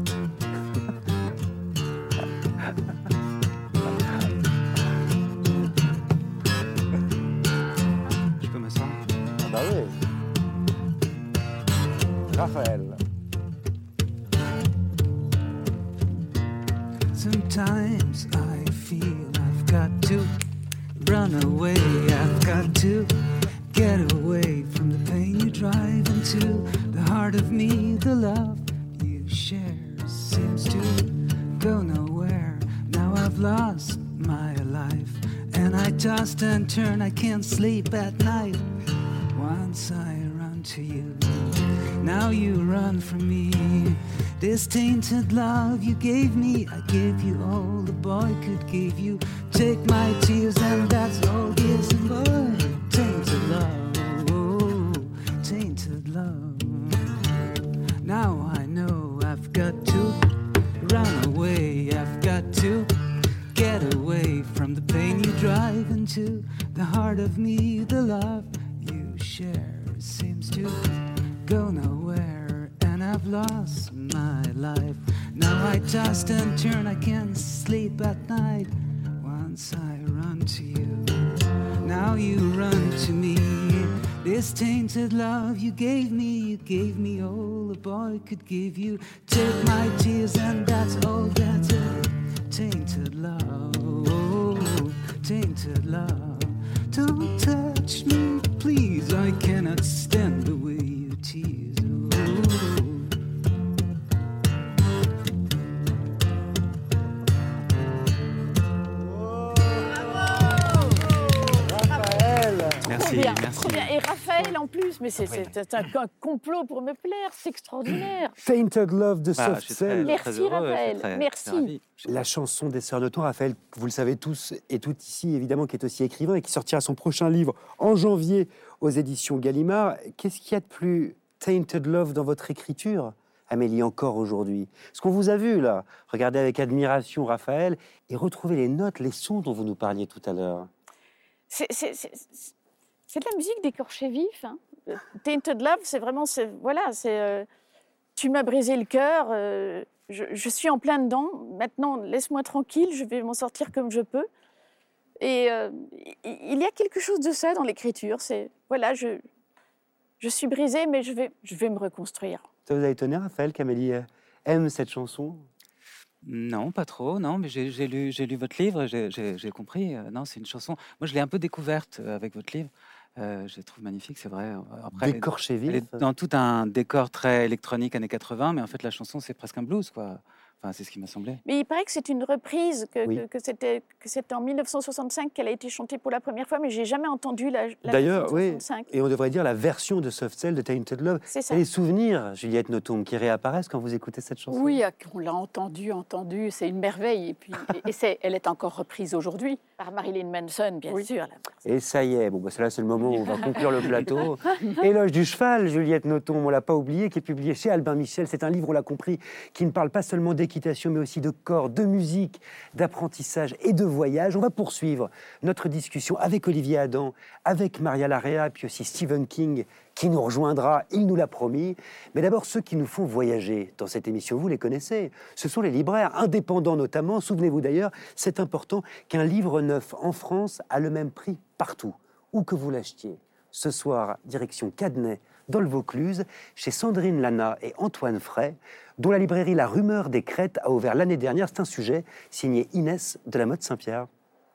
Bah oui. Raphaël. Sometimes I feel I've got to run away. I've got to get away from the pain you drive into the heart of me. The love you share seems to go nowhere. Now I've lost my life and I toss and turn. I can't sleep at night. Once I run to you, now you run from me. This tainted love you gave me, I gave you all the boy could give you. Take my tears and that's all gives a boy. Tainted love, oh, tainted love. Now I know I've got to run away. I've got to get away from the pain you drive into the heart of me. The love you share seems to go nowhere, and I've lost my life. Now I toss and turn, I can't sleep at night. Once I run to you, now you run to me. This tainted love you gave me all a boy could give you. Take my tears and that's all that's it. Tainted love, oh, tainted love. Don't touch me, please, I cannot stand the way you tease. Oh, Trop bien, merci. trop bien. Et Raphaël en plus, mais c'est un complot pour me plaire, c'est extraordinaire. Tainted Love de Ah, je Soft suis Cell. Merci, très heureux, Raphaël, je suis très merci. ravi. La chanson des Sœurs Noton, Raphaël, vous le savez tous et toutes ici, évidemment, qui est aussi écrivain et qui sortira son prochain livre en janvier aux éditions Gallimard. Qu'est-ce qu'il y a de plus Tainted Love dans votre écriture, Amélie, encore aujourd'hui? Ce qu'on vous a vu, là, regardez avec admiration Raphaël et retrouvez les notes, les sons dont vous nous parliez tout à l'heure. C'est de la musique d'écorché vif. Hein. Tainted Love, c'est vraiment... tu m'as brisé le cœur, je suis en plein dedans. Maintenant, laisse-moi tranquille, je vais m'en sortir comme je peux. Et il y a quelque chose de ça dans l'écriture. C'est, voilà, je suis brisée, mais je vais me reconstruire. Ça vous a étonné, Raphaël, qu'Amélie aime cette chanson? Non, pas trop, non, mais j'ai lu votre livre, j'ai compris. Non, c'est une chanson. Moi, je l'ai un peu découverte avec votre livre. Je la trouve magnifique, c'est vrai. Après, D'écorché elle vif. est dans tout un décor très électronique années 80, mais en fait, la chanson, c'est presque un blues, quoi. Enfin, c'est ce qui m'a semblé. Mais il paraît que c'est une reprise, Oui. que c'était en 1965 qu'elle a été chantée pour la première fois, mais j'ai jamais entendu la D'ailleurs, version de oui, 65. et on devrait dire la version de Soft Cell de Tainted Love. C'est ça. Et les souvenirs, Juliette Nothomb, qui réapparaissent quand vous écoutez cette chanson? Oui, on l'a entendu, c'est une merveille. Et puis, elle est encore reprise aujourd'hui. Par Marilyn Manson, bien Oui. sûr. Et ça y est, bon, bah, là c'est le moment où on va conclure le plateau. Éloge du cheval, Juliette Nothomb, on ne l'a pas oublié, qui est publié chez Albin Michel. C'est un livre, on l'a compris, qui ne parle pas seulement d'équitation, mais aussi de corps, de musique, d'apprentissage et de voyage. On va poursuivre notre discussion avec Olivier Adam, avec Maria Larrea, puis aussi Stephen King, qui nous rejoindra, il nous l'a promis. Mais d'abord, ceux qui nous font voyager dans cette émission, vous les connaissez. Ce sont les libraires, indépendants notamment. Souvenez-vous d'ailleurs, c'est important qu'un livre neuf en France a le même prix partout, où que vous l'achetiez. Ce soir, direction Cadenet, dans le Vaucluse, chez Sandrine Lana et Antoine Fray, dont la librairie La Rumeur des Crêtes a ouvert l'année dernière. C'est un sujet signé Inès de la Motte Saint-Pierre.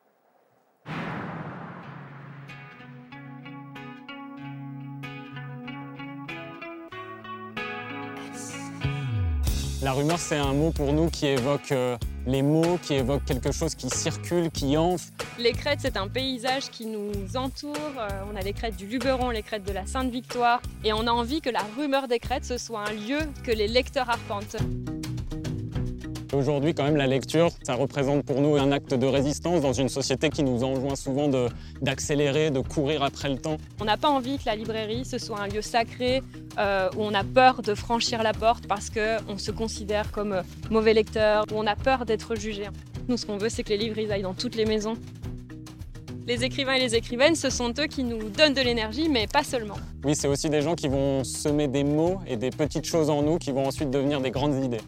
La rumeur, c'est un mot pour nous qui évoque les mots, qui évoque quelque chose qui circule, qui enfle. Les crêtes, c'est un paysage qui nous entoure. On a les crêtes du Luberon, les crêtes de la Sainte-Victoire. Et on a envie que la rumeur des crêtes, ce soit un lieu que les lecteurs arpentent. Aujourd'hui, quand même, la lecture, ça représente pour nous un acte de résistance dans une société qui nous enjoint souvent d'accélérer, de courir après le temps. On n'a pas envie que la librairie, ce soit un lieu sacré où on a peur de franchir la porte parce qu'on se considère comme mauvais lecteur, où on a peur d'être jugé. Nous, ce qu'on veut, c'est que les livres ils aillent dans toutes les maisons. Les écrivains et les écrivaines, ce sont eux qui nous donnent de l'énergie, mais pas seulement. Oui, c'est aussi des gens qui vont semer des mots et des petites choses en nous qui vont ensuite devenir des grandes idées.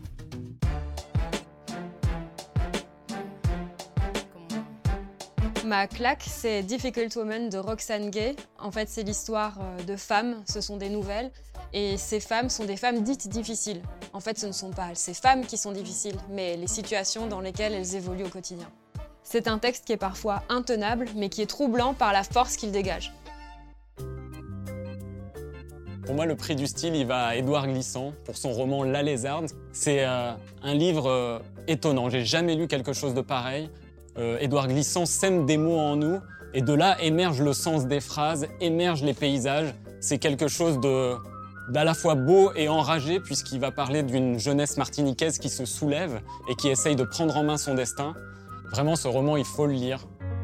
Ma claque, c'est Difficult Woman de Roxane Gay. En fait, c'est l'histoire de femmes, ce sont des nouvelles. Et ces femmes sont des femmes dites difficiles. En fait, ce ne sont pas ces femmes qui sont difficiles, mais les situations dans lesquelles elles évoluent au quotidien. C'est un texte qui est parfois intenable, mais qui est troublant par la force qu'il dégage. Pour moi, le prix du style, il va à Édouard Glissant pour son roman La Lézarde. C'est un livre étonnant. J'ai jamais lu quelque chose de pareil. Édouard Glissant sème des mots en nous et de là émerge le sens des phrases, émergent les paysages. C'est quelque chose d'à la fois beau et enragé puisqu'il va parler d'une jeunesse martiniquaise qui se soulève et qui essaye de prendre en main son destin. Vraiment, ce roman, il faut le lire.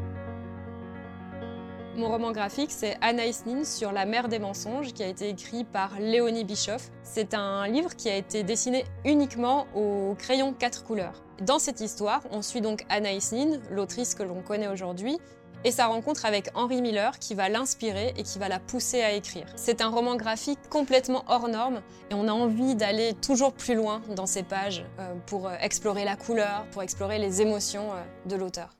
Mon roman graphique, c'est Anaïs Nin sur la mer des mensonges, qui a été écrit par Léonie Bischoff. C'est un livre qui a été dessiné uniquement au crayon 4 couleurs. Dans cette histoire, on suit donc Anaïs Nin, l'autrice que l'on connaît aujourd'hui, et sa rencontre avec Henry Miller qui va l'inspirer et qui va la pousser à écrire. C'est un roman graphique complètement hors norme et on a envie d'aller toujours plus loin dans ces pages pour explorer la couleur, pour explorer les émotions de l'auteur.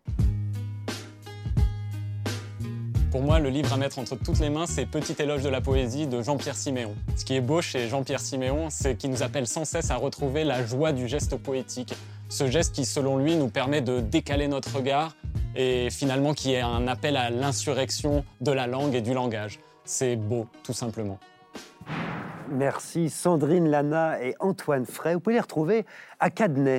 Pour moi, le livre à mettre entre toutes les mains, c'est Petit éloge de la poésie de Jean-Pierre Siméon. Ce qui est beau chez Jean-Pierre Siméon, c'est qu'il nous appelle sans cesse à retrouver la joie du geste poétique. Ce geste qui, selon lui, nous permet de décaler notre regard et finalement qui est un appel à l'insurrection de la langue et du langage. C'est beau, tout simplement. Merci Sandrine Lana et Antoine Fray. Vous pouvez les retrouver à Cadenet.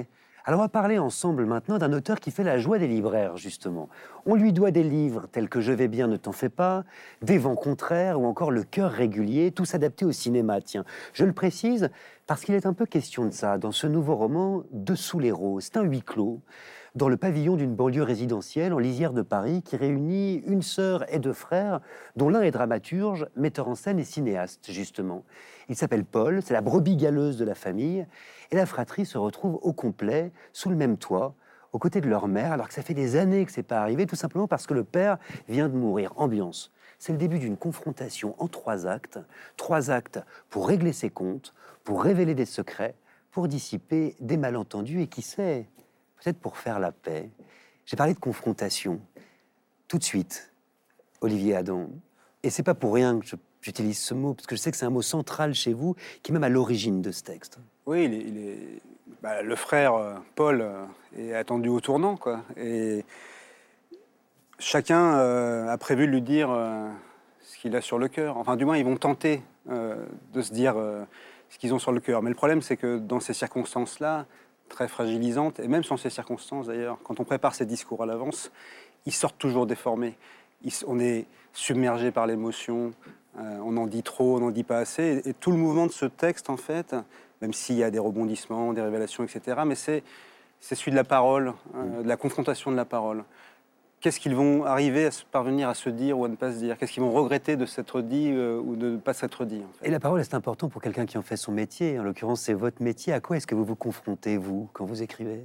Alors on va parler ensemble maintenant d'un auteur qui fait la joie des libraires, justement. On lui doit des livres tels que Je vais bien, ne t'en fais pas, Des vents contraires ou encore Le cœur régulier, tous adaptés au cinéma. Tiens, je le précise parce qu'il est un peu question de ça dans ce nouveau roman Dessous les roses. C'est un huis clos dans le pavillon d'une banlieue résidentielle en lisière de Paris qui réunit une sœur et deux frères dont l'un est dramaturge, metteur en scène et cinéaste, justement. Il s'appelle Paul, c'est la brebis galeuse de la famille et la fratrie se retrouve au complet, sous le même toit, aux côtés de leur mère, alors que ça fait des années que c'est pas arrivé, tout simplement parce que le père vient de mourir. Ambiance. C'est le début d'une confrontation en 3 actes. 3 actes pour régler ses comptes, pour révéler des secrets, pour dissiper des malentendus et qui sait, peut-être pour faire la paix. J'ai parlé de confrontation. Tout de suite, Olivier Adam. Et c'est pas pour rien que j'utilise ce mot, parce que je sais que c'est un mot central chez vous, qui est même à l'origine de ce texte. Oui, le frère Paul est attendu au tournant, quoi. Et chacun a prévu de lui dire ce qu'il a sur le cœur. Enfin, du moins, ils vont tenter de se dire ce qu'ils ont sur le cœur. Mais le problème, c'est que dans ces circonstances-là, très fragilisantes, et même sans ces circonstances d'ailleurs, quand on prépare ses discours à l'avance, ils sortent toujours déformés. On est submergé par l'émotion, on en dit trop, on n'en dit pas assez. Et tout le mouvement de ce texte, en fait, même s'il y a des rebondissements, des révélations, etc., mais c'est celui de la parole, de la confrontation de la parole. Qu'est-ce qu'ils vont arriver à parvenir à se dire ou à ne pas se dire? Qu'est-ce qu'ils vont regretter de s'être dit ou de ne pas s'être dit, en fait? Et la parole, c'est important pour quelqu'un qui en fait son métier. En l'occurrence, c'est votre métier. À quoi est-ce que vous vous confrontez, vous, quand vous écrivez?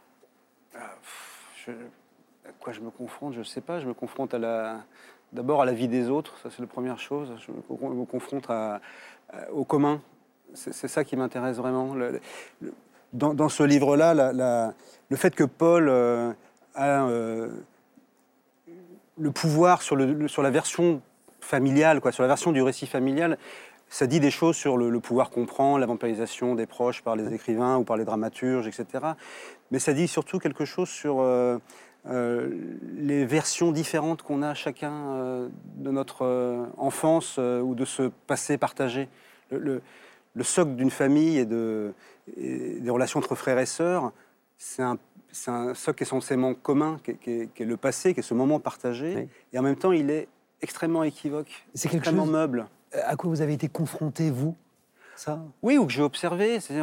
À quoi je me confronte? Je ne sais pas. Je me confronte d'abord à la vie des autres. Ça, c'est la première chose. Je me confronte au commun. C'est ça qui m'intéresse vraiment. Dans ce livre-là, le fait que Paul a le pouvoir sur la version familiale, sur la version du récit familial, ça dit des choses sur le pouvoir qu'on prend, la vampirisation des proches par les écrivains ou par les dramaturges, etc. Mais ça dit surtout quelque chose sur les versions différentes qu'on a chacun de notre enfance ou de ce passé partagé. Le socle d'une famille et des relations entre frères et sœurs, c'est un socle qui est censément commun, qui est le passé, qui est ce moment partagé. Oui. Et en même temps, il est extrêmement équivoque, extrêmement meuble. À quoi vous avez été confronté, vous, ça? Oui, ou que j'ai observé. C'est-à-dire,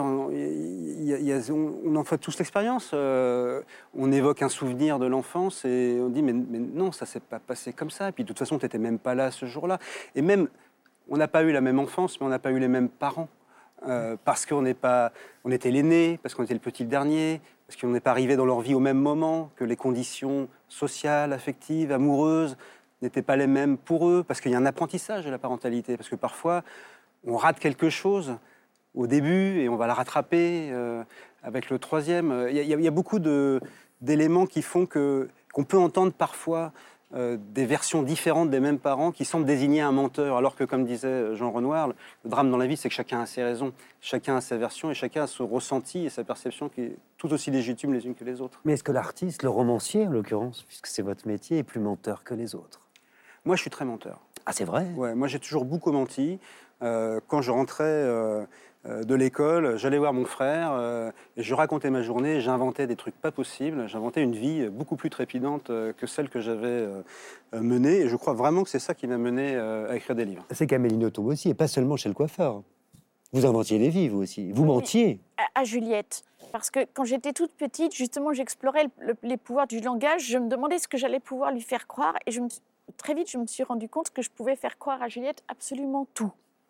on en fait tous l'expérience. On évoque un souvenir de l'enfance et on dit mais non, ça s'est pas passé comme ça. Et puis de toute façon, tu n'étais même pas là ce jour-là. Et même, on n'a pas eu la même enfance, mais on n'a pas eu les mêmes parents. Parce qu'on était l'aîné, parce qu'on était le petit dernier, parce qu'on n'est pas arrivé dans leur vie au même moment, que les conditions sociales, affectives, amoureuses n'étaient pas les mêmes pour eux, parce qu'il y a un apprentissage de la parentalité, parce que parfois on rate quelque chose au début et on va la rattraper avec le troisième. Il y a beaucoup d'éléments qui font qu'on peut entendre parfois des versions différentes des mêmes parents qui semblent désigner un menteur, alors que, comme disait Jean Renoir, le drame dans la vie, c'est que chacun a ses raisons, chacun a sa version et chacun a ce ressenti et sa perception qui est tout aussi légitime les unes que les autres. Mais est-ce que l'artiste, le romancier en l'occurrence, puisque c'est votre métier, est plus menteur que les autres? Moi, je suis très menteur. Ah, c'est vrai? Ouais, moi, j'ai toujours beaucoup menti. Quand je rentrais de l'école, j'allais voir mon frère et je racontais ma journée, j'inventais des trucs pas possibles, j'inventais une vie beaucoup plus trépidante que celle que j'avais menée et je crois vraiment que c'est ça qui m'a mené à écrire des livres. C'est qu'Amélie Nothomb aussi, et pas seulement chez le coiffeur. Vous inventiez des vies, vous aussi. Vous mentiez. À Juliette. Parce que quand j'étais toute petite, justement, j'explorais les pouvoirs du langage, je me demandais ce que j'allais pouvoir lui faire croire et très vite, je me suis rendu compte que je pouvais faire croire à Juliette absolument tout.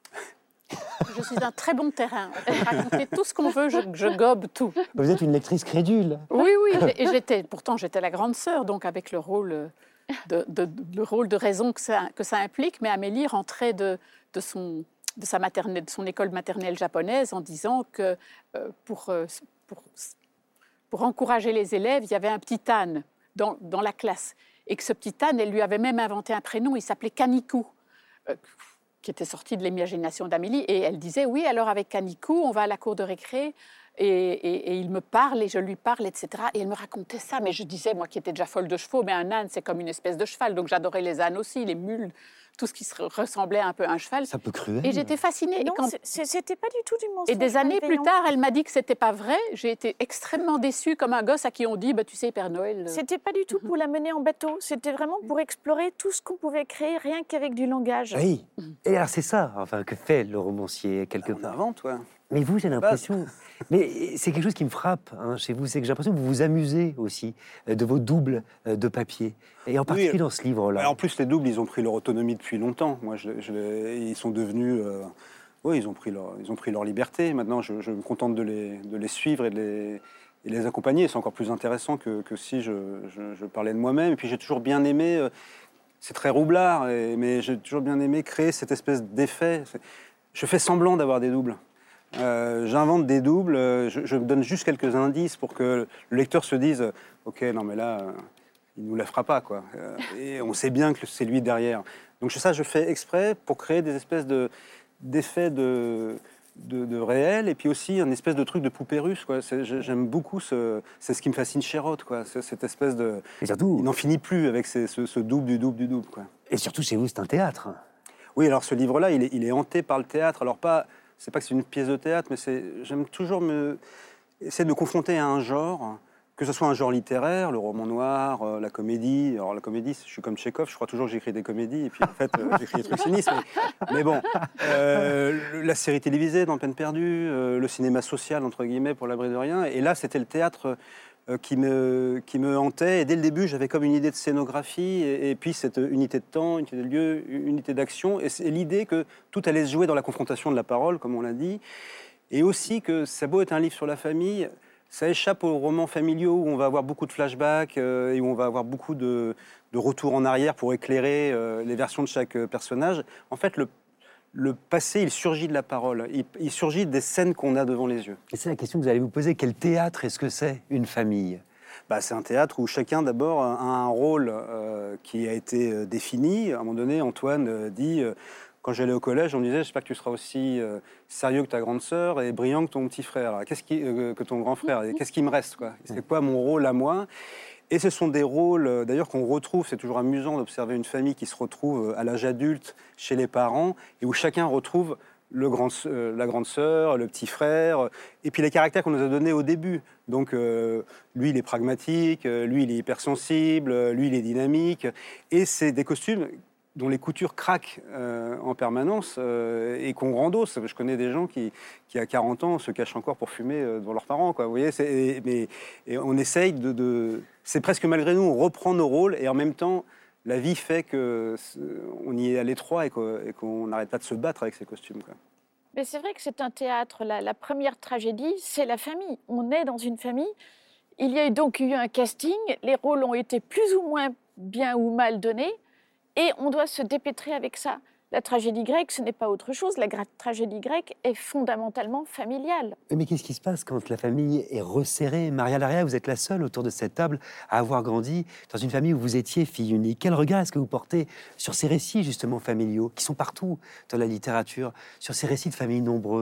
Je suis un très bon terrain. On peut raconter tout ce qu'on veut, je gobe tout. Vous êtes une lectrice crédule. Oui, et pourtant j'étais la grande sœur, donc avec le rôle de raison que ça implique, mais Amélie rentrait de son école maternelle japonaise en disant que pour encourager les élèves, il y avait un petit âne dans la classe. Et que ce petit âne, elle lui avait même inventé un prénom, il s'appelait Kanikou, qui était sorti de l'imagination d'Amélie. Et elle disait, oui, alors avec Kanikou, on va à la cour de récré, et il me parle, et je lui parle, etc. Et elle me racontait ça, mais je disais, moi qui étais déjà folle de chevaux, mais un âne, c'est comme une espèce de cheval, donc j'adorais les ânes aussi, les mules, tout ce qui ressemblait un peu à un cheval. C'est un peu cruel. Et j'étais fascinée. Non, Et quand- c'était pas du tout du mensonge. Et des années plus malveillant. tard, elle m'a dit que c'était pas vrai. J'ai été extrêmement déçue, comme un gosse à qui on dit, bah, tu sais, Père Noël. C'était pas du tout pour la mener en bateau. C'était vraiment pour explorer tout ce qu'on pouvait créer rien qu'avec du langage. Oui. Et alors c'est ça, enfin, que fait le romancier quelque On part. invente, ouais. Mais vous, j'ai l'impression. Mais c'est quelque chose qui me frappe chez vous, c'est que j'ai l'impression que vous vous amusez aussi de vos doubles de papier, et en particulier dans ce livre-là. En plus, les doubles, ils ont pris leur autonomie depuis longtemps. Moi, ils sont devenus... oui, ils ont pris leur liberté. Maintenant, je me contente de les suivre et de les accompagner. C'est encore plus intéressant que si je parlais de moi-même. Et puis, j'ai toujours bien aimé... c'est très roublard, mais j'ai toujours bien aimé créer cette espèce d'effet. Je fais semblant d'avoir des doubles. J'invente des doubles, je me donne juste quelques indices pour que le lecteur se dise « Ok, non mais là, il ne nous la fera pas, quoi. » Et on sait bien que c'est lui derrière. Donc ça, je fais exprès pour créer des espèces d'effets de réel, et puis aussi un espèce de truc de poupée russe, quoi. J'aime beaucoup, c'est ce qui me fascine chez Roth, quoi. Cette espèce de... Et surtout, il n'en finit plus avec ce double du double du double, quoi. et surtout chez vous, c'est un théâtre. Oui, alors ce livre-là, il est hanté par le théâtre. Alors c'est pas que c'est une pièce de théâtre, mais j'aime toujours essayer de me confronter à un genre, que ce soit un genre littéraire, le roman noir, la comédie. Alors la comédie, je suis comme Tchekhov, je crois toujours que j'écris des comédies, et puis en fait, j'écris des trucs cynistes. Mais bon, la série télévisée dans Peine perdue, le cinéma social, entre guillemets, pour l'abri de rien. Et là, c'était le théâtre qui me hantait. Et dès le début, j'avais comme une idée de scénographie, et puis cette unité de temps, unité de lieu, unité d'action, et l'idée que tout allait se jouer dans la confrontation de la parole, comme on l'a dit, et aussi que ça a beau être un livre sur la famille, ça échappe aux romans familiaux où on va avoir beaucoup de flashbacks et où on va avoir beaucoup de retours en arrière pour éclairer les versions de chaque personnage. En fait, le passé, il surgit de la parole, il surgit des scènes qu'on a devant les yeux. Et c'est la question que vous allez vous poser. Quel théâtre est-ce que c'est, une famille ? C'est un théâtre où chacun, d'abord, a un rôle qui a été défini. À un moment donné, Antoine dit... Quand j'allais au collège, on me disait « J'espère que tu seras aussi sérieux que ta grande sœur et brillant que ton petit frère, que ton grand frère. Qu'est-ce qui me reste, quoi ? C'est quoi mon rôle à moi ?» Et ce sont des rôles, d'ailleurs, qu'on retrouve. C'est toujours amusant d'observer une famille qui se retrouve à l'âge adulte chez les parents et où chacun retrouve la grande sœur, le petit frère, et puis les caractères qu'on nous a donnés au début. Donc, lui, il est pragmatique, lui, il est hypersensible, lui, il est dynamique. Et c'est des costumes dont les coutures craquent en permanence et qu'on rendosse. Je connais des gens qui à 40 ans, se cachent encore pour fumer devant leurs parents, quoi. Vous voyez, et on essaye c'est presque malgré nous, on reprend nos rôles, et en même temps, la vie fait qu'on y est à l'étroit et qu'on n'arrête pas de se battre avec ces costumes, quoi. Mais c'est vrai que c'est un théâtre. La première tragédie, c'est la famille. On est dans une famille. Il y a donc eu un casting. Les rôles ont été plus ou moins bien ou mal donnés. Et on doit se dépêtrer avec ça. La tragédie grecque, ce n'est pas autre chose. La tragédie grecque est fondamentalement familiale. Mais qu'est-ce qui se passe quand la famille est resserrée ? Maria Laria, vous êtes la seule autour de cette table à avoir grandi dans une famille où vous étiez fille unique. Quel regard est-ce que vous portez sur ces récits, justement, familiaux, qui sont partout dans la littérature, sur ces récits de familles nombreuses ?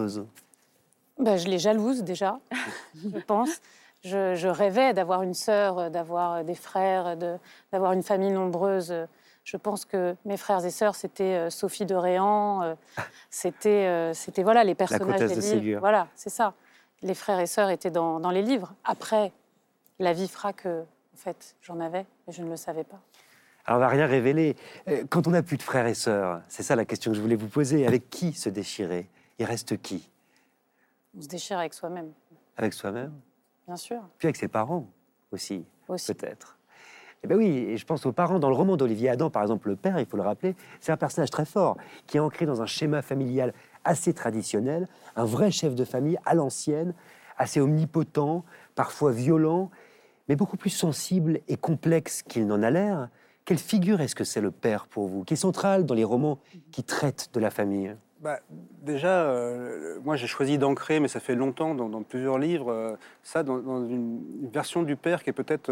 Je les jalouse déjà, je pense. Je rêvais d'avoir une sœur, d'avoir des frères, d'avoir une famille nombreuse. Je pense que mes frères et sœurs, c'était Sophie de Réan, c'était voilà, les personnages des de livres. Ségur. Voilà, c'est ça. Les frères et sœurs étaient dans les livres. Après, la vie fera que, en fait, j'en avais, mais je ne le savais pas. Alors, on va rien révéler. Quand on n'a plus de frères et sœurs, c'est ça la question que je voulais vous poser. Avec qui se déchirer ? Il reste qui ? On se déchire avec soi-même, Avec soi-même ? bien sûr. Puis avec ses parents aussi, Aussi. peut-être. Eh bien oui, et je pense aux parents. Dans le roman d'Olivier Adam, par exemple, le père, il faut le rappeler, c'est un personnage très fort, qui est ancré dans un schéma familial assez traditionnel, un vrai chef de famille à l'ancienne, assez omnipotent, parfois violent, mais beaucoup plus sensible et complexe qu'il n'en a l'air. Quelle figure est-ce que c'est le père pour vous, qui est central dans les romans qui traitent de la famille ? Déjà, moi j'ai choisi d'ancrer, mais ça fait longtemps, dans plusieurs livres, ça dans une version du père qui est peut-être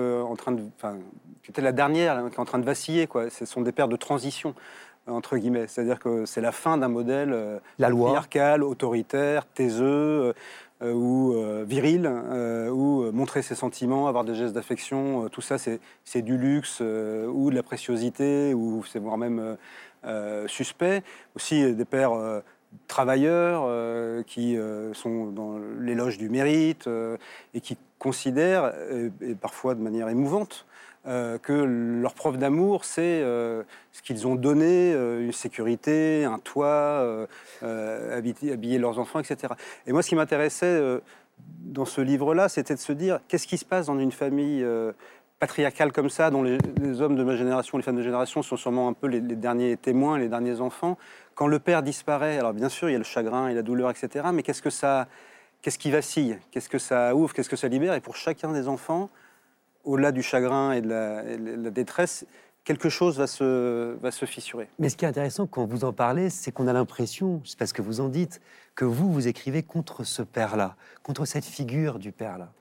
qui était la dernière, qui est en train de vaciller, quoi. Ce sont des pères de transition, entre guillemets. C'est-à-dire que c'est la fin d'un modèle La loi. patriarcal, autoritaire, taiseux, ou viril, ou montrer ses sentiments, avoir des gestes d'affection, tout ça c'est du luxe ou de la préciosité, ou c'est voire même suspect. Aussi des pères travailleurs qui sont dans l'éloge du mérite et qui considèrent, et parfois de manière émouvante, que leur preuve d'amour, c'est ce qu'ils ont donné, une sécurité, un toit, habiller leurs enfants, etc. Et moi, ce qui m'intéressait dans ce livre-là, c'était de se dire, qu'est-ce qui se passe dans une famille patriarcale comme ça, dont les hommes de ma génération, les femmes de ma génération sont sûrement un peu les derniers témoins, les derniers enfants. Quand le père disparaît, alors bien sûr, il y a le chagrin et la douleur, etc., mais qu'est-ce qui vacille? Qu'est-ce que ça ouvre? Qu'est-ce que ça libère? Et pour chacun des enfants, au-delà du chagrin et de la détresse, quelque chose va se fissurer. Mais ce qui est intéressant quand vous en parlez, c'est qu'on a l'impression, c'est parce que vous en dites, que vous écrivez contre ce père-là, contre cette figure du père-là.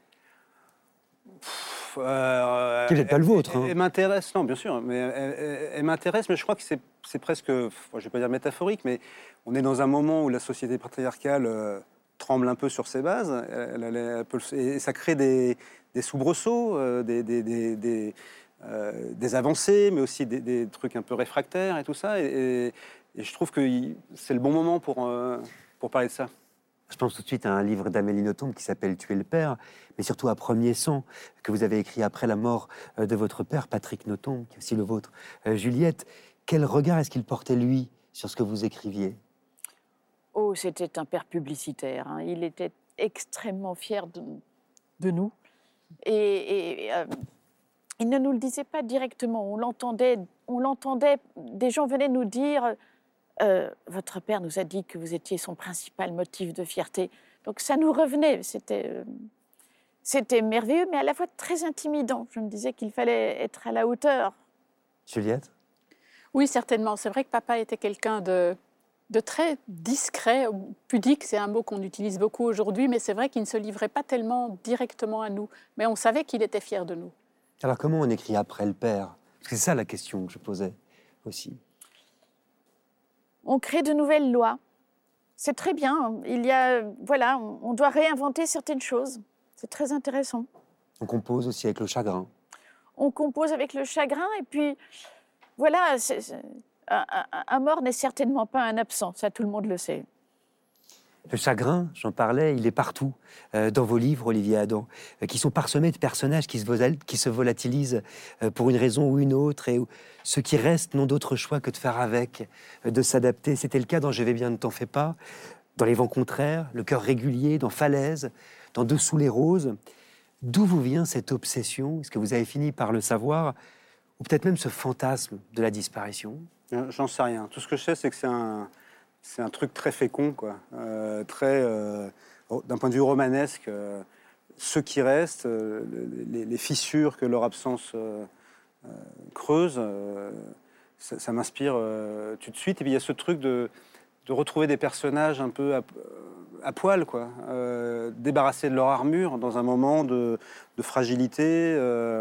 Qui n'est pas le vôtre. Elle m'intéresse, non, bien sûr, mais elle m'intéresse, mais je crois que c'est presque, je ne vais pas dire métaphorique, mais on est dans un moment où la société patriarcale tremble un peu sur ses bases, et ça crée des soubresauts, des avancées, mais aussi des trucs un peu réfractaires et tout ça. Et je trouve que c'est le bon moment pour parler de ça. Je pense tout de suite à un livre d'Amélie Nothomb qui s'appelle « Tuer le père », mais surtout à Premier sang, que vous avez écrit après la mort de votre père, Patrick Nothomb, qui est aussi le vôtre. Juliette, quel regard est-ce qu'il portait, lui, sur ce que vous écriviez? Oh, c'était un père publicitaire. Hein. Il était extrêmement fier de nous. Et il ne nous le disait pas directement. On l'entendait. Des gens venaient nous dire votre père nous a dit que vous étiez son principal motif de fierté. Donc ça nous revenait. C'était merveilleux, mais à la fois très intimidant. Je me disais qu'il fallait être à la hauteur. Juliette? Oui, certainement. C'est vrai que papa était quelqu'un de très discret, pudique, c'est un mot qu'on utilise beaucoup aujourd'hui, mais c'est vrai qu'il ne se livrait pas tellement directement à nous. Mais on savait qu'il était fier de nous. Alors comment on écrit après le père? Parce que c'est ça la question que je posais aussi. On crée de nouvelles lois. C'est très bien. On doit réinventer certaines choses. C'est très intéressant. On compose aussi avec le chagrin. On compose avec le chagrin, et puis voilà, un mort n'est certainement pas un absent, ça tout le monde le sait. Le chagrin, j'en parlais, il est partout, dans vos livres, Olivier Adam, qui sont parsemés de personnages qui se volatilisent pour une raison ou une autre, et où ceux qui restent n'ont d'autre choix que de faire avec, de s'adapter. C'était le cas dans Je vais bien, ne t'en fais pas, dans Les vents contraires, Le cœur régulier, dans Falaise, dans Dessous les roses. D'où vous vient cette obsession? Est-ce que vous avez fini par le savoir? Ou peut-être même ce fantasme de la disparition? J'en sais rien. Tout ce que je sais, c'est que c'est un truc très fécond, quoi. D'un point de vue romanesque, ceux qui restent, les fissures que leur absence creuse, ça m'inspire tout de suite. Et puis il y a ce truc de retrouver des personnages un peu à poil, quoi, débarrassés de leur armure dans un moment de fragilité,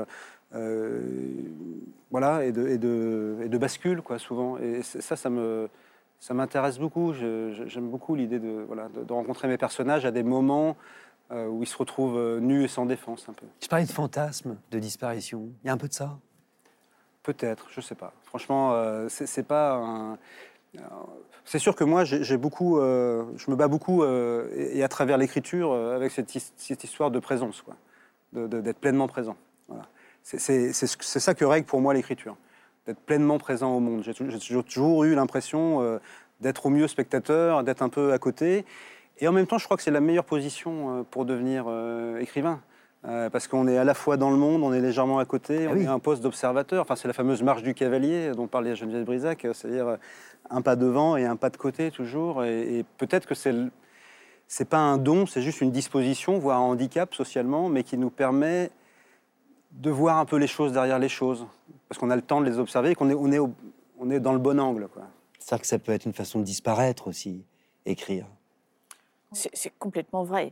voilà, et de bascule, quoi, souvent. Et ça m'intéresse beaucoup. J'aime beaucoup l'idée de rencontrer mes personnages à des moments où ils se retrouvent nus et sans défense, un peu. Je parlais de fantasme, de disparition. Il y a un peu de ça? Peut-être, je sais pas. Franchement, c'est pas un... C'est sûr que moi, je me bats beaucoup, et à travers l'écriture, avec cette histoire de présence, quoi, d'être pleinement présent. Voilà. C'est ça que règle pour moi l'écriture, d'être pleinement présent au monde. J'ai toujours eu l'impression d'être au mieux spectateur, d'être un peu à côté. Et en même temps, je crois que c'est la meilleure position pour devenir écrivain. Parce qu'on est à la fois dans le monde, on est légèrement à côté, on est à un poste d'observateur. Enfin, c'est la fameuse marche du cavalier dont parlait Geneviève Brisac, c'est-à-dire un pas devant et un pas de côté toujours. Et peut-être que c'est pas un don, c'est juste une disposition, voire un handicap socialement, mais qui nous permet de voir un peu les choses derrière les choses. Parce qu'on a le temps de les observer et qu'on est dans le bon angle, quoi. C'est-à-dire que ça peut être une façon de disparaître aussi, écrire. C'est complètement vrai.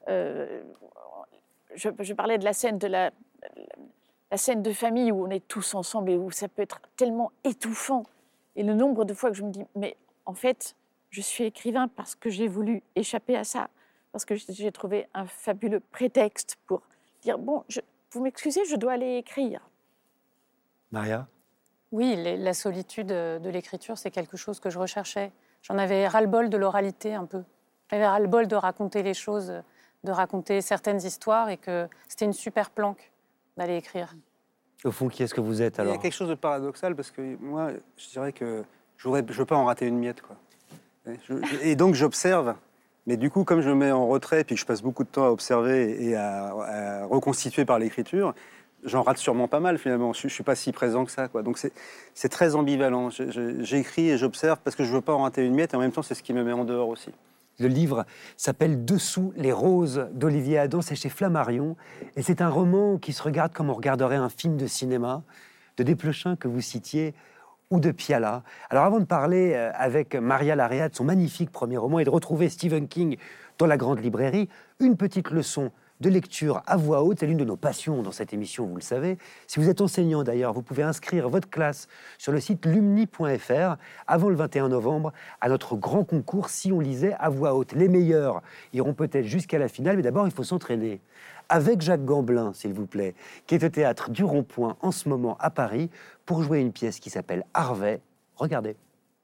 Je parlais de la scène la scène de famille où on est tous ensemble et où ça peut être tellement étouffant. Et le nombre de fois que je me dis, mais en fait, je suis écrivain parce que j'ai voulu échapper à ça. parce que j'ai trouvé un fabuleux prétexte pour dire, bon, vous m'excusez, je dois aller écrire. Maria? Oui, la solitude de l'écriture, c'est quelque chose que je recherchais. J'en avais ras-le-bol de l'oralité un peu. J'avais ras-le-bol de raconter les choses, de raconter certaines histoires et que c'était une super planque d'aller écrire. Au fond, qui est-ce que vous êtes Il y alors? a quelque chose de paradoxal parce que moi, je dirais que je veux pas en rater une miette, quoi. Et donc j'observe, mais du coup, comme je me mets en retrait et puis que je passe beaucoup de temps à observer et à reconstituer par l'écriture, j'en rate sûrement pas mal finalement. Je suis pas si présent que ça, quoi. Donc c'est très ambivalent. J'écris et j'observe parce que je veux pas en rater une miette et en même temps, c'est ce qui me met en dehors aussi. Le livre s'appelle « Dessous les roses » d'Olivier Adam, c'est chez Flammarion. Et c'est un roman qui se regarde comme on regarderait un film de cinéma, de Desplechin que vous citiez, ou de Piala. Alors avant de parler avec Maria Larrea de son magnifique premier roman et de retrouver Stephen King dans la grande librairie, une petite leçon de lecture à voix haute, c'est l'une de nos passions dans cette émission, vous le savez. Si vous êtes enseignant d'ailleurs, vous pouvez inscrire votre classe sur le site lumni.fr avant le 21 novembre à notre grand concours Si on lisait à voix haute. Les meilleurs iront peut-être jusqu'à la finale, mais d'abord il faut s'entraîner. Avec Jacques Gamblin, s'il vous plaît, qui est au théâtre du Rond-Point en ce moment à Paris pour jouer une pièce qui s'appelle Harvey. Regardez.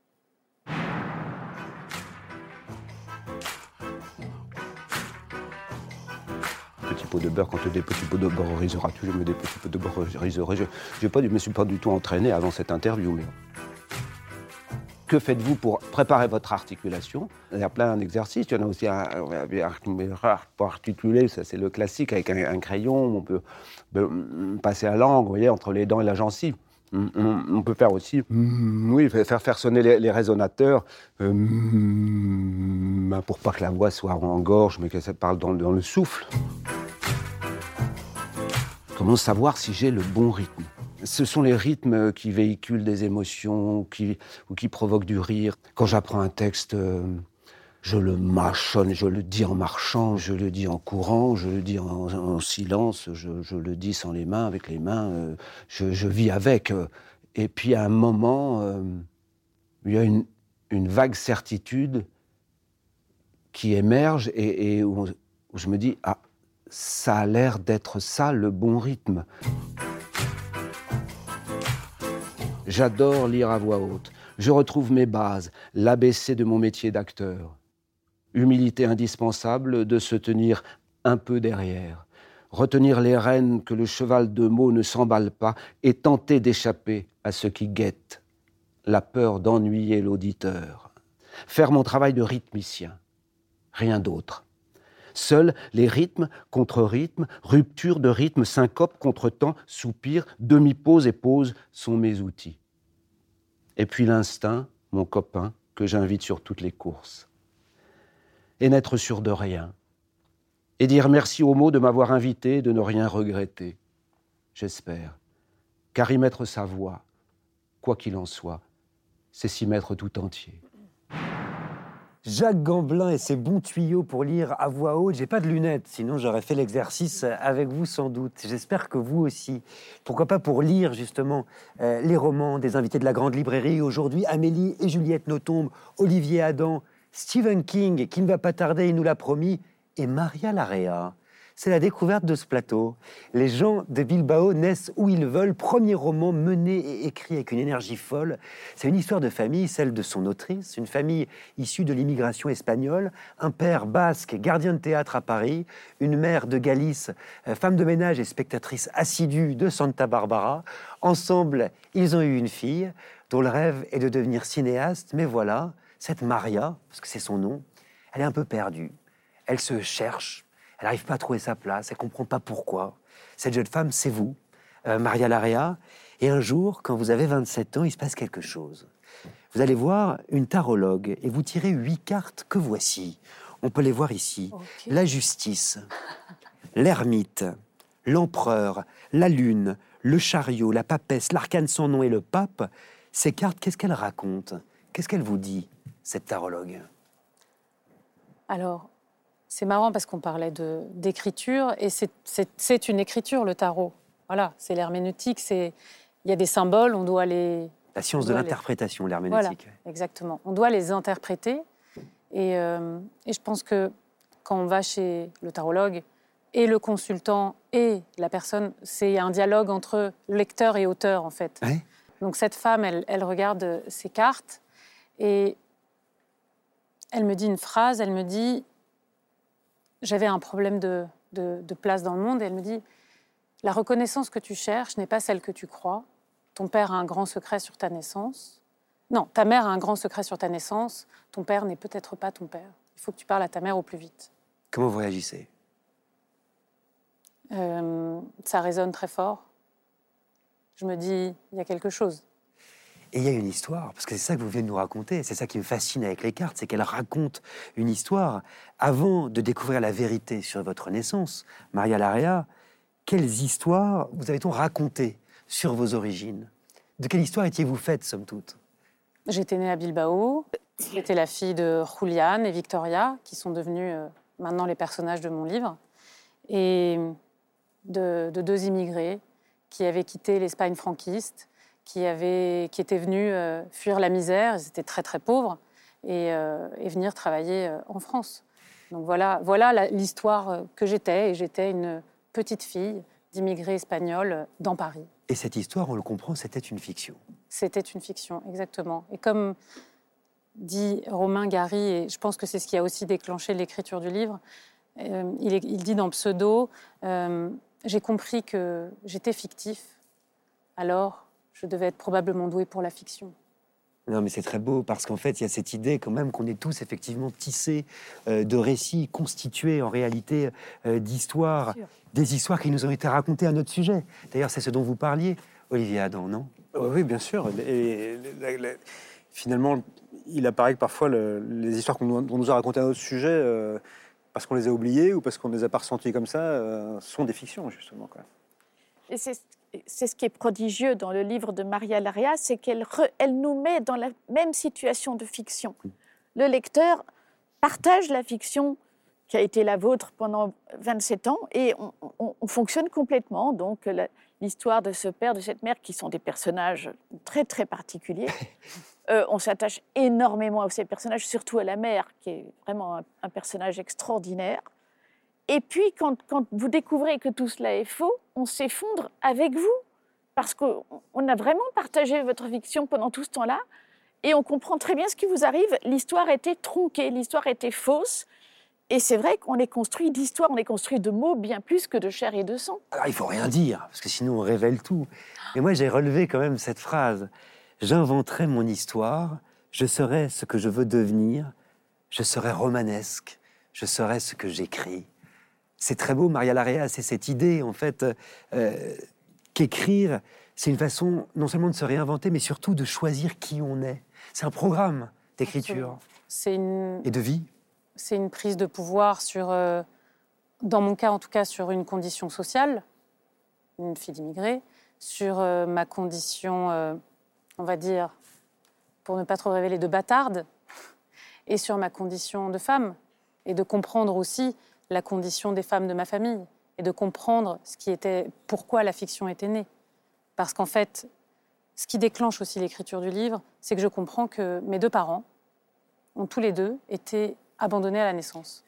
Petit pot de beurre, quand des petits pots de beurre riseras-tu, je mets des petits pots de beurre riserai. Je me suis pas du tout entraîné avant cette interview. Mais... Que faites-vous pour préparer votre articulation? Il y a plein d'exercices. Il y en a aussi pour articuler, ça c'est le classique, avec un crayon. On peut passer la langue, vous voyez, entre les dents et la gencive. On peut faire aussi, faire sonner les résonateurs pour pas que la voix soit en gorge, mais que ça parle dans le souffle. Comment savoir si j'ai le bon rythme? Ce sont les rythmes qui véhiculent des émotions ou qui provoquent du rire. Quand j'apprends un texte, je le mâchonne, je le dis en marchant, je le dis en courant, je le dis en silence, je le dis sans les mains, avec les mains, je vis avec. Et puis à un moment, il y a une vague certitude qui émerge et où je me dis « Ah, ça a l'air d'être ça, le bon rythme ». J'adore lire à voix haute. Je retrouve mes bases, l'ABC de mon métier d'acteur. Humilité indispensable de se tenir un peu derrière, retenir les rênes que le cheval de mots ne s'emballe pas et tenter d'échapper à ce qui guette, la peur d'ennuyer l'auditeur. Faire mon travail de rythmicien, rien d'autre. Seuls les rythmes contre rythmes, rupture de rythme, syncope contre temps, soupir, demi-pause et pause sont mes outils. Et puis l'instinct, mon copain, que j'invite sur toutes les courses. Et n'être sûr de rien. Et dire merci aux mots de m'avoir invité, de ne rien regretter. J'espère. Car y mettre sa voix, quoi qu'il en soit, c'est s'y mettre tout entier. Jacques Gamblin et ses bons tuyaux pour lire à voix haute. J'ai pas de lunettes, sinon j'aurais fait l'exercice avec vous sans doute. J'espère que vous aussi. Pourquoi pas pour lire justement les romans des invités de la grande librairie. Aujourd'hui, Amélie et Juliette Nothomb, Olivier Adam, Stephen King, qui ne va pas tarder, il nous l'a promis, et Maria Larrea. C'est la découverte de ce plateau. Les gens de Bilbao naissent où ils veulent. Premier roman mené et écrit avec une énergie folle. C'est une histoire de famille, celle de son autrice. Une famille issue de l'immigration espagnole. Un père basque, gardien de théâtre à Paris. Une mère de Galice, femme de ménage et spectatrice assidue de Santa Barbara. Ensemble, ils ont eu une fille dont le rêve est de devenir cinéaste. Mais voilà, cette Maria, parce que c'est son nom, elle est un peu perdue. Elle se cherche. Elle n'arrive pas à trouver sa place, elle ne comprend pas pourquoi. Cette jeune femme, c'est vous, Maria Larrea. Et un jour, quand vous avez 27 ans, il se passe quelque chose. Vous allez voir une tarologue et vous tirez 8 cartes que voici. On peut les voir ici. Okay. La justice, l'ermite, l'empereur, la lune, le chariot, la papesse, l'arcane sans nom et le pape. Ces cartes, qu'est-ce qu'elles racontent? Qu'est-ce qu'elle vous dit, cette tarologue? Alors, c'est marrant parce qu'on parlait d'écriture et c'est une écriture, le tarot. Voilà, c'est l'herméneutique, il y a des symboles, on doit les... La science de l'interprétation, l'herméneutique. Voilà, exactement. On doit les interpréter et je pense que quand on va chez le tarologue, et le consultant et la personne, c'est un dialogue entre lecteur et auteur, en fait. Ouais. Donc cette femme, elle regarde ses cartes et elle me dit une phrase, elle me dit « J'avais un problème de place dans le monde » et elle me dit « La reconnaissance que tu cherches n'est pas celle que tu crois. Ton père a un grand secret sur ta naissance. Non, ta mère a un grand secret sur ta naissance. Ton père n'est peut-être pas ton père. Il faut que tu parles à ta mère au plus vite. » Comment vous réagissez? Ça résonne très fort. Je me dis, il y a quelque chose. Et il y a une histoire, parce que c'est ça que vous venez de nous raconter, c'est ça qui me fascine avec les cartes, c'est qu'elles racontent une histoire. Avant de découvrir la vérité sur votre naissance, Maria Larrea, quelles histoires vous avez-on racontées sur vos origines? De quelle histoire étiez-vous faite, somme toute? J'étais née à Bilbao, j'étais la fille de Julián et Victoria, qui sont devenus maintenant les personnages de mon livre, et de deux immigrés qui avaient quitté l'Espagne franquiste, qui étaient venus fuir la misère, ils étaient très très pauvres, et venir travailler en France. Donc voilà l'histoire que j'étais, et j'étais une petite fille d'immigrés espagnols dans Paris. Et cette histoire, on le comprend, c'était une fiction. C'était une fiction, exactement. Et comme dit Romain Gary, et je pense que c'est ce qui a aussi déclenché l'écriture du livre, il dit dans Pseudo, j'ai compris que j'étais fictif, alors je devais être probablement doué pour la fiction. Non, mais c'est très beau, parce qu'en fait, il y a cette idée quand même qu'on est tous effectivement tissés de récits constitués en réalité d'histoires, des histoires qui nous ont été racontées à notre sujet. D'ailleurs, c'est ce dont vous parliez, Olivier Adam, non? Oui, bien sûr. Et finalement, il apparaît que parfois les histoires qu'on nous a racontées à notre sujet, parce qu'on les a oubliées ou parce qu'on ne les a pas ressenties comme ça, sont des fictions, justement, quoi. Et c'est ce qui est prodigieux dans le livre de Maria Larrea, c'est qu'elle nous met dans la même situation de fiction. Le lecteur partage la fiction qui a été la vôtre pendant 27 ans et on fonctionne complètement. Donc l'histoire de ce père, de cette mère, qui sont des personnages très très particuliers. On s'attache énormément à ces personnages, surtout à la mère, qui est vraiment un personnage extraordinaire. Et puis, quand vous découvrez que tout cela est faux, on s'effondre avec vous, parce qu'on a vraiment partagé votre fiction pendant tout ce temps-là, et on comprend très bien ce qui vous arrive. L'histoire était tronquée, l'histoire était fausse, et c'est vrai qu'on est construit d'histoire, on est construit de mots bien plus que de chair et de sang. Alors, il faut rien dire, parce que sinon on révèle tout. Et moi, j'ai relevé quand même cette phrase. J'inventerai mon histoire, je serai ce que je veux devenir, je serai romanesque, je serai ce que j'écris. C'est très beau, Maria Larrea, c'est cette idée, en fait, qu'écrire, c'est une façon non seulement de se réinventer, mais surtout de choisir qui on est. C'est un programme d'écriture et de vie. C'est une prise de pouvoir sur, dans mon cas en tout cas, sur une condition sociale, une fille d'immigré, sur ma condition, on va dire, pour ne pas trop révéler, de bâtarde, et sur ma condition de femme, et de comprendre aussi la condition des femmes de ma famille et de comprendre pourquoi la fiction était née. Parce qu'en fait, ce qui déclenche aussi l'écriture du livre, c'est que je comprends que mes deux parents ont tous les deux été abandonnés à la naissance.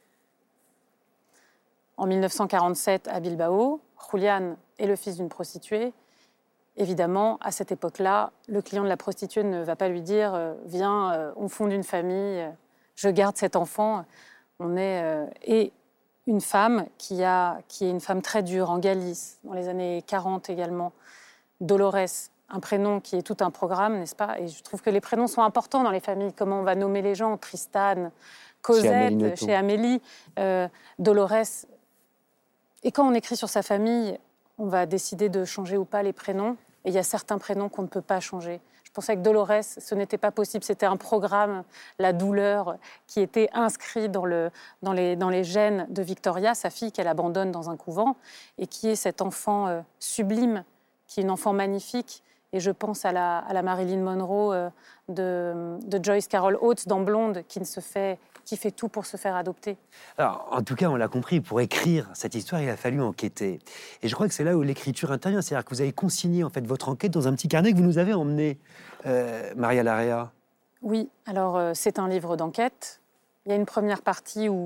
En 1947, à Bilbao, Julián est le fils d'une prostituée. Évidemment, à cette époque-là, le client de la prostituée ne va pas lui dire « Viens, on fonde une famille, je garde cet enfant ». Et une femme qui est une femme très dure en Galice, dans les années 40 également, Dolores, un prénom qui est tout un programme, n'est-ce pas? Et je trouve que les prénoms sont importants dans les familles, comment on va nommer les gens, Tristan, Cosette, chez Amélie, Dolores. Et quand on écrit sur sa famille, on va décider de changer ou pas les prénoms, et il y a certains prénoms qu'on ne peut pas changer. Je pensais que Dolores, ce n'était pas possible, c'était un programme, la douleur, qui était inscrit dans les gènes de Victoria, sa fille qu'elle abandonne dans un couvent, et qui est cet enfant sublime, qui est une enfant magnifique. Et je pense à la Marilyn Monroe de Joyce Carol Oates dans Blonde, qui fait tout pour se faire adopter. Alors, en tout cas, on l'a compris, pour écrire cette histoire, il a fallu enquêter. Et je crois que c'est là où l'écriture intervient, c'est-à-dire que vous avez consigné en fait votre enquête dans un petit carnet que vous nous avez emmené, Maria Larrea. Oui, alors c'est un livre d'enquête. Il y a une première partie où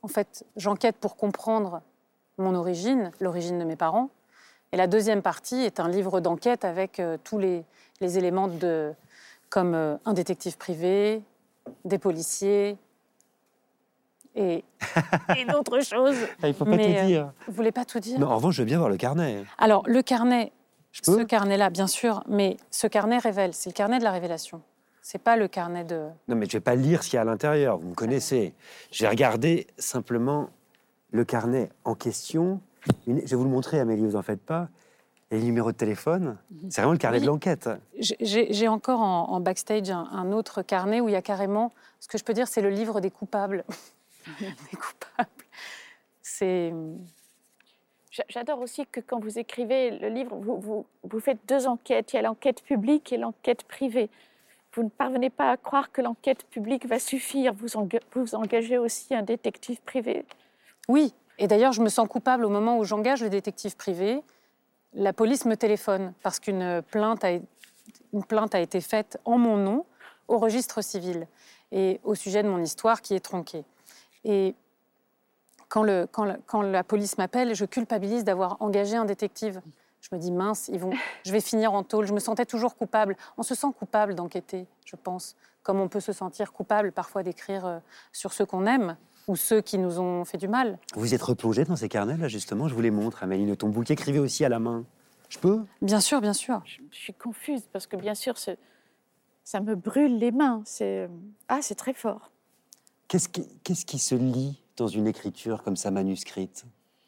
en fait, j'enquête pour comprendre mon origine, l'origine de mes parents. Et la deuxième partie est un livre d'enquête avec tous les éléments comme un détective privé, des policiers et d'autres choses. Il ne faut pas tout dire. Vous ne voulez pas tout dire? Non, en revanche, je veux bien voir le carnet. Alors, le carnet, Je peux ce carnet-là, bien sûr, mais ce carnet révèle, c'est le carnet de la révélation. C'est pas le carnet de... Non, mais je ne vais pas lire ce qu'il y a à l'intérieur, vous me connaissez. J'ai regardé simplement le carnet en question. Je vais vous le montrer, Amélie, vous en faites pas. Et les numéros de téléphone, c'est vraiment le carnet Oui. de l'enquête. J'ai encore en backstage un autre carnet où il y a carrément, ce que je peux dire, c'est le livre des coupables. Des coupables. C'est... J'adore aussi que quand vous écrivez le livre, vous faites deux enquêtes. Il y a l'enquête publique et l'enquête privée. Vous ne parvenez pas à croire que l'enquête publique va suffire. Vous engagez aussi un détective privé. Oui, et d'ailleurs, je me sens coupable au moment où j'engage le détective privé. La police me téléphone parce qu'une plainte a été faite en mon nom au registre civil et au sujet de mon histoire qui est tronquée. Et quand la police m'appelle, je culpabilise d'avoir engagé un détective. Je me dis, mince, je vais finir en tôle. Je me sentais toujours coupable. On se sent coupable d'enquêter, je pense, comme on peut se sentir coupable parfois d'écrire sur ceux qu'on aime ou ceux qui nous ont fait du mal. Vous êtes replongée dans ces carnets, là, justement. Je vous les montre, Amélie Le Tombeau, qui écrivait aussi à la main. Je peux? Bien sûr, bien sûr. Je suis confuse parce que, bien sûr, ça me brûle les mains. C'est très fort. Qu'est-ce qui se lit dans une écriture comme ça, manuscrite?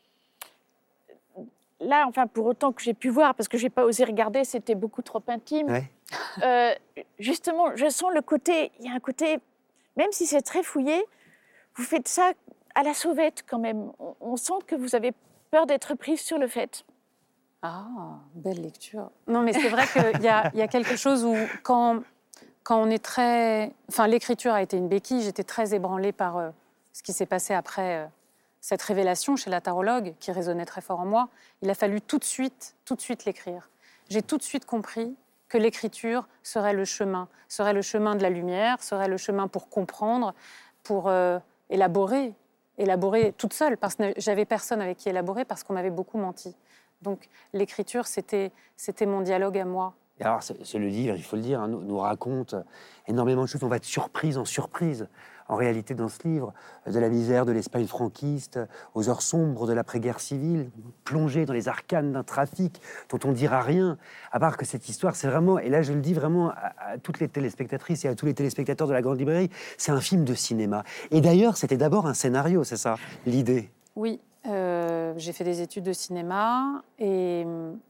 Là, enfin, pour autant que j'ai pu voir, parce que je n'ai pas osé regarder, c'était beaucoup trop intime. Ouais. Justement, je sens le côté... Il y a un côté... Même si c'est très fouillé, vous faites ça à la sauvette, quand même. On sent que vous avez peur d'être prise sur le fait. Ah, belle lecture. Non, mais c'est vrai qu'il y a quelque chose où, quand on est très... Enfin, l'écriture a été une béquille. J'étais très ébranlée par ce qui s'est passé après cette révélation chez la tarologue, qui résonnait très fort en moi. Il a fallu tout de suite l'écrire. J'ai tout de suite compris que l'écriture serait le chemin de la lumière, serait le chemin pour comprendre, pour élaborer toute seule, parce que j'avais personne avec qui élaborer, parce qu'on m'avait beaucoup menti. Donc l'écriture, c'était mon dialogue à moi. Et alors, c'est le livre, il faut le dire, hein, nous raconte énormément de choses. On va être surprise en surprise, en réalité, dans ce livre, de la misère de l'Espagne franquiste, aux heures sombres de l'après-guerre civile, plongé dans les arcanes d'un trafic dont on ne dira rien, à part que cette histoire, c'est vraiment, et là je le dis vraiment à toutes les téléspectatrices et à tous les téléspectateurs de la Grande Librairie, c'est un film de cinéma. Et d'ailleurs, c'était d'abord un scénario, c'est ça, l'idée? Oui, j'ai fait des études de cinéma et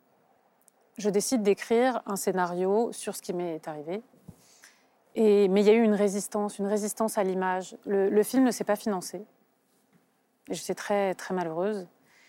je décide d'écrire un scénario sur ce qui m'est arrivé. Mais il y a eu une résistance à l'image. Le film ne s'est pas financé. Et j'étais très, très malheureuse.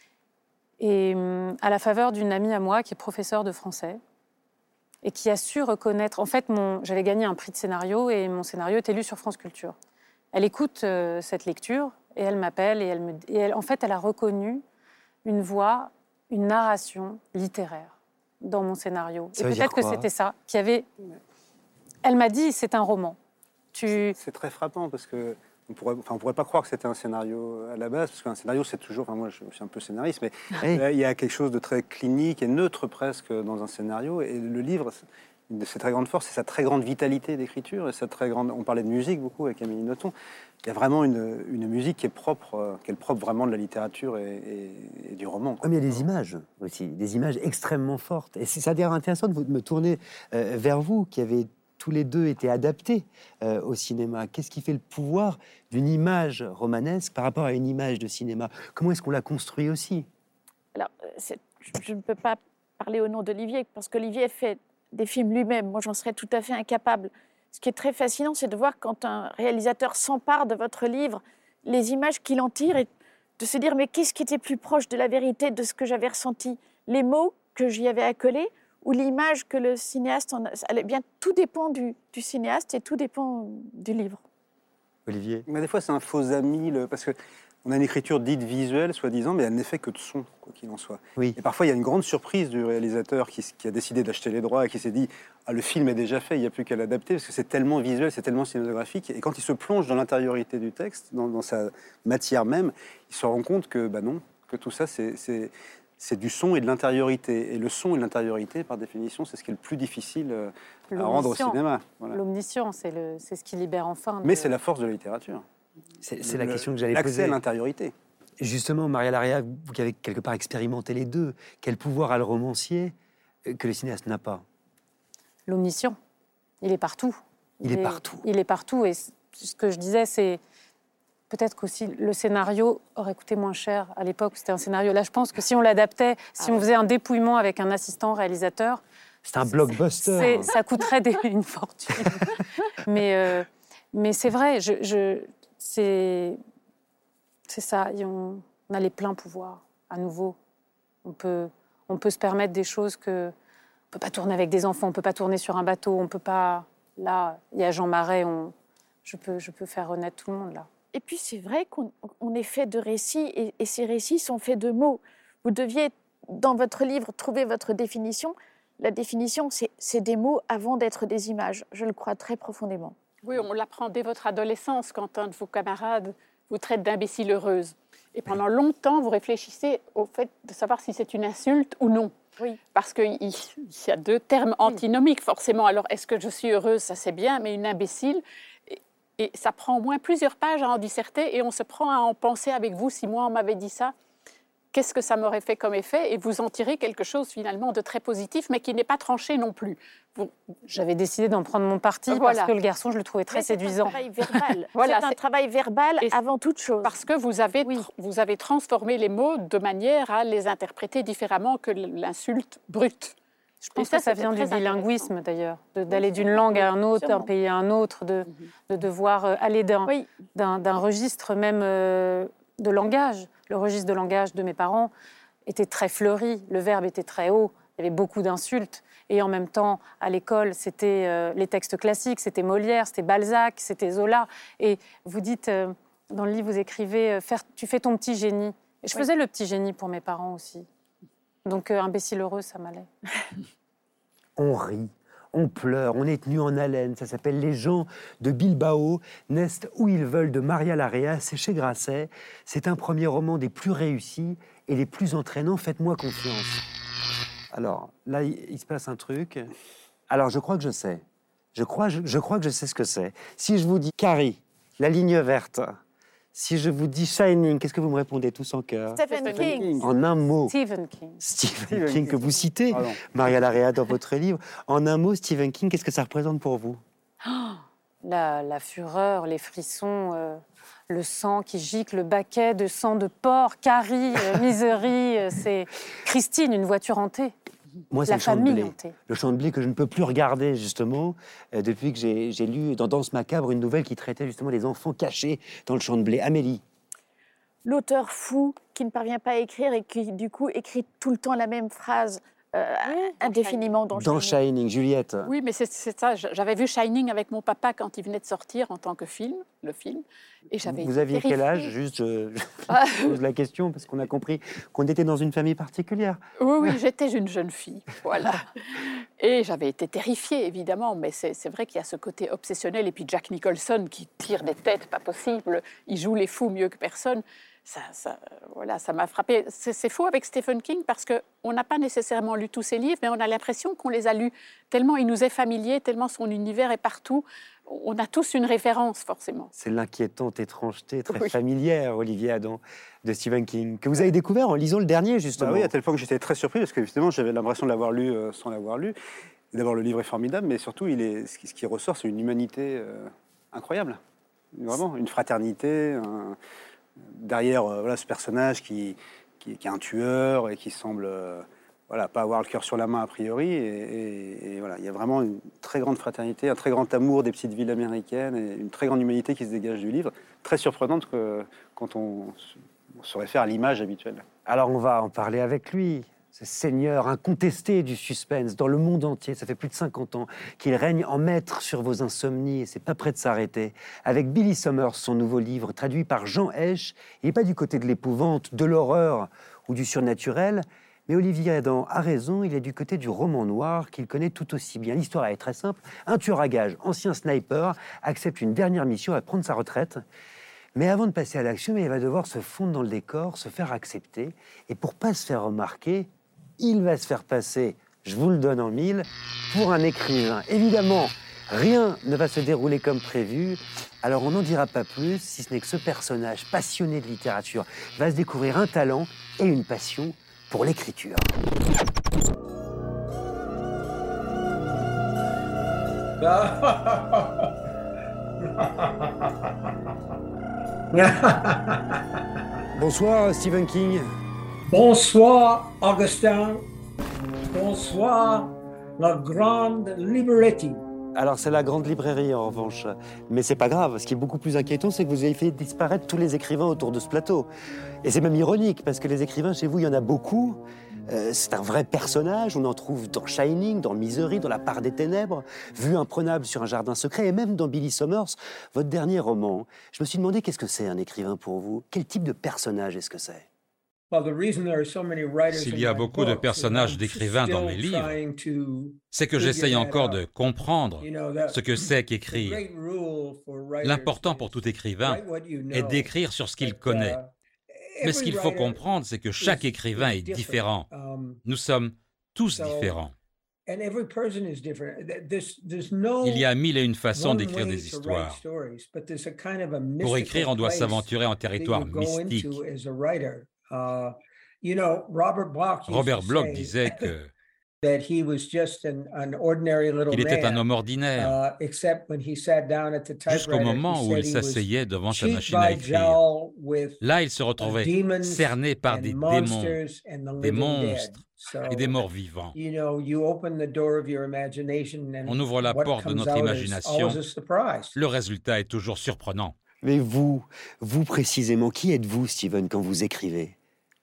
Et à la faveur d'une amie à moi qui est professeure de français et qui a su reconnaître... En fait, j'avais gagné un prix de scénario et mon scénario était lu sur France Culture. Elle écoute cette lecture et elle m'appelle en fait, elle a reconnu une voix, une narration littéraire dans mon scénario. Ça et veut dire peut-être que quoi? c'était ça qui avait... Elle m'a dit, c'est un roman. C'est très frappant parce que on pourrait pas croire que c'était un scénario à la base, parce qu'un scénario, c'est toujours... Enfin, moi, je suis un peu scénariste, mais il y a quelque chose de très clinique et neutre presque dans un scénario. Et le livre, une de ses très grandes forces, c'est sa très grande vitalité d'écriture et sa très grande... On parlait de musique beaucoup avec Amélie Nothomb. Il y a vraiment une musique qui est propre vraiment de la littérature et du roman. Comme il y a des images aussi, des images extrêmement fortes. Et c'est ça d'ailleurs intéressant de me tourner vers vous, qui avez tous les deux été adaptés au cinéma. Qu'est-ce qui fait le pouvoir d'une image romanesque par rapport à une image de cinéma? Comment est-ce qu'on la construit aussi? Alors, je ne peux pas parler au nom d'Olivier, parce qu'Olivier fait des films lui-même. Moi, j'en serais tout à fait incapable. Ce qui est très fascinant, c'est de voir quand un réalisateur s'empare de votre livre, les images qu'il en tire, et de se dire, mais qu'est-ce qui était plus proche de la vérité, de ce que j'avais ressenti? Les mots que j'y avais accolés ou l'image que le cinéaste en a... Eh bien, tout dépend du cinéaste et tout dépend du livre. Olivier? Mais des fois, c'est un faux ami, parce qu'on a une écriture dite visuelle, soi-disant, mais elle n'est fait que de son, quoi qu'il en soit. Oui. Et parfois, il y a une grande surprise du réalisateur qui a décidé d'acheter les droits et qui s'est dit « Ah, le film est déjà fait, il n'y a plus qu'à l'adapter, parce que c'est tellement visuel, c'est tellement cinématographique. » Et quand il se plonge dans l'intériorité du texte, dans sa matière même, il se rend compte que, non, que tout ça, c'est du son et de l'intériorité. Et le son et l'intériorité, par définition, c'est ce qui est le plus difficile à rendre au cinéma. Voilà. L'omniscient, c'est ce qui libère enfin. Mais c'est la force de la littérature. C'est la question que j'allais L'accès poser. à l'intériorité. Justement, Maria Larrea, vous qui avez quelque part expérimenté les deux, quel pouvoir a le romancier que le cinéaste n'a pas? L'omniscient. Il est partout. Il est partout. Il est partout. Et ce que je disais, c'est peut-être qu'aussi le scénario aurait coûté moins cher à l'époque où c'était un scénario. Là, je pense que si on l'adaptait, si on faisait un dépouillement avec un assistant réalisateur... C'est un blockbuster. Ça coûterait une fortune. Mais c'est vrai, c'est ça. On a les pleins pouvoirs, à nouveau. On peut se permettre des choses que... On peut pas tourner avec des enfants, on peut pas tourner sur un bateau, on peut pas... Là, il y a Jean Marais, je peux faire renaître tout le monde, là. Et puis, c'est vrai qu'on est fait de récits, et ces récits sont faits de mots. Vous deviez, dans votre livre, trouver votre définition. La définition, c'est des mots avant d'être des images. Je le crois très profondément. Oui, on l'apprend dès votre adolescence, quand un de vos camarades vous traite d'imbécile heureuse. Et pendant longtemps, vous réfléchissez au fait de savoir si c'est une insulte ou non. Oui. Parce qu'il y a deux termes antinomiques, forcément. Alors, est-ce que je suis heureuse? Ça, c'est bien, mais une imbécile... Et ça prend au moins plusieurs pages à en disserter, et on se prend à en penser avec vous. Si moi, on m'avait dit ça, qu'est-ce que ça m'aurait fait comme effet? Et vous en tirez quelque chose, finalement, de très positif, mais qui n'est pas tranché non plus. J'avais décidé d'en prendre mon parti, voilà. Parce que le garçon, je le trouvais très séduisant. C'est un travail verbal. Voilà, c'est un travail verbal avant toute chose. Parce que vous avez transformé les mots de manière à les interpréter différemment que l'insulte brute. Je pense que ça vient du bilinguisme, d'ailleurs, d'aller d'une langue à un autre, d'un pays à un autre, de devoir aller d'un registre même de langage. Le registre de langage de mes parents était très fleuri, le verbe était très haut, il y avait beaucoup d'insultes. Et en même temps, à l'école, c'était les textes classiques, c'était Molière, c'était Balzac, c'était Zola. Et vous dites, dans le livre, vous écrivez « Tu fais ton petit génie ». Et je faisais le petit génie pour mes parents aussi. Donc, imbécile heureux, ça m'allait. On rit, on pleure, on est tenu en haleine. Ça s'appelle Les gens de Bilbao, naissent où ils veulent de Maria Larrea. C'est chez Grasset. C'est un premier roman des plus réussis et les plus entraînants. Faites-moi confiance. Alors, là, il se passe un truc. Alors, je crois que je sais. Je crois que je sais ce que c'est. Si je vous dis Carrie, la ligne verte... Si je vous dis Shining, qu'est-ce que vous me répondez tous en chœur? Stephen King. En un mot. Stephen King. Stephen King, que vous citez, Maria Larrea, dans votre livre. En un mot, Stephen King, qu'est-ce que ça représente pour vous? La fureur, les frissons, le sang qui gicle, le baquet de sang de porc, Carrie, Misery, c'est Christine, une voiture hantée. Moi, c'est la le champ de famille blé. hantée. Le champ de blé que je ne peux plus regarder, justement, depuis que j'ai lu dans Danse macabre une nouvelle qui traitait justement les enfants cachés dans le champ de blé. Amélie. L'auteur fou qui ne parvient pas à écrire et qui, du coup, écrit tout le temps la même phrase indéfiniment dans Dans Shining, Juliette. Oui, mais c'est ça. J'avais vu Shining avec mon papa quand il venait de sortir en tant que film, le film. Et Vous aviez quel âge? Juste, je pose la question parce qu'on a compris qu'on était dans une famille particulière. Oui, j'étais une jeune fille, voilà. Et j'avais été terrifiée, évidemment, mais c'est vrai qu'il y a ce côté obsessionnel. Et puis Jack Nicholson qui tire des têtes, pas possible. Il joue les fous mieux que personne. Ça m'a frappée. C'est faux avec Stephen King parce qu'on n'a pas nécessairement lu tous ses livres, mais on a l'impression qu'on les a lus tellement il nous est familier, tellement son univers est partout. On a tous une référence, forcément. C'est l'inquiétante étrangeté très familière, Olivier Adam, de Stephen King, que vous avez découvert en lisant le dernier, justement. Oui, à tel point que j'étais très surpris, parce que justement, j'avais l'impression de l'avoir lu sans l'avoir lu. D'abord, le livre est formidable, mais surtout, ce qui ressort, c'est une humanité incroyable. Vraiment, une fraternité. Derrière ce personnage qui est un tueur et qui semble pas avoir le cœur sur la main a priori. Et voilà, il y a vraiment une très grande fraternité, un très grand amour des petites villes américaines et une très grande humanité qui se dégage du livre. Très surprenante quand on se réfère à l'image habituelle. Alors on va en parler avec lui. ce seigneur incontesté du suspense dans le monde entier. Ça fait plus de 50 ans qu'il règne en maître sur vos insomnies et c'est pas prêt de s'arrêter. Avec Billy Summers, son nouveau livre, traduit par Jean Hesch, il n'est pas du côté de l'épouvante, de l'horreur ou du surnaturel, mais Olivier Adam a raison, il est du côté du roman noir qu'il connaît tout aussi bien. L'histoire est très simple. Un tueur à gages, ancien sniper, accepte une dernière mission à prendre sa retraite. Mais avant de passer à l'action, il va devoir se fondre dans le décor, se faire accepter. Et pour pas se faire remarquer, il va se faire passer, je vous le donne en mille, pour un écrivain. Évidemment, rien ne va se dérouler comme prévu. Alors on n'en dira pas plus, si ce n'est que ce personnage passionné de littérature va se découvrir un talent et une passion pour l'écriture. Bonsoir Stephen King. Bonsoir Augustin. Bonsoir la grande Libretti. Alors c'est la grande librairie en revanche, mais c'est pas grave. Ce qui est beaucoup plus inquiétant, c'est que vous avez fait disparaître tous les écrivains autour de ce plateau. Et c'est même ironique, parce que les écrivains chez vous, il y en a beaucoup. C'est un vrai personnage, on en trouve dans Shining, dans Misery, dans La part des ténèbres, Vue imprenable sur un jardin secret, et même dans Billy Summers, votre dernier roman. Je me suis demandé, qu'est-ce que c'est un écrivain pour vous? Quel type de personnage est-ce que c'est? S'il y a beaucoup de personnages d'écrivains dans mes livres, c'est que j'essaye encore de comprendre ce que c'est qu'écrire. L'important pour tout écrivain est d'écrire sur ce qu'il connaît. Mais ce qu'il faut comprendre, c'est que chaque écrivain est différent. Nous sommes tous différents. Il y a mille et une façons d'écrire des histoires. Pour écrire, on doit s'aventurer en territoire mystique. Robert Bloch disait qu'il était un homme ordinaire, jusqu'au moment où il s'asseyait devant sa machine à écrire. Là, il se retrouvait cerné par des démons, des monstres et des morts vivants. On ouvre la porte de notre imagination, le résultat est toujours surprenant. Mais vous précisément, qui êtes-vous, Stephen, quand vous écrivez?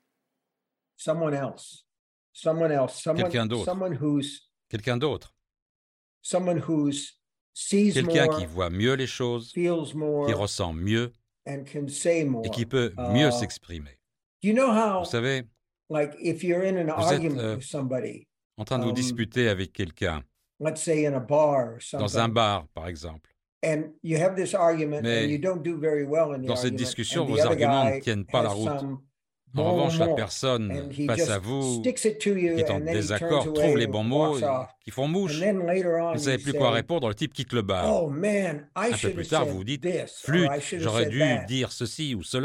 Quelqu'un d'autre. Quelqu'un d'autre. Quelqu'un qui voit mieux les choses, qui ressent mieux et qui peut mieux s'exprimer. Vous savez, vous êtes en train de vous disputer avec quelqu'un, dans un bar, par exemple. Mais dans cette discussion, vos arguments ne tiennent pas la route. En revanche, la personne face à vous, qui est en désaccord, trouve les bons mots, qui font mouche. Vous ne savez plus quoi répondre, le type quitte le bar. Un peu plus tard, vous vous dites « Flûte, j'aurais dû dire ceci ou cela ».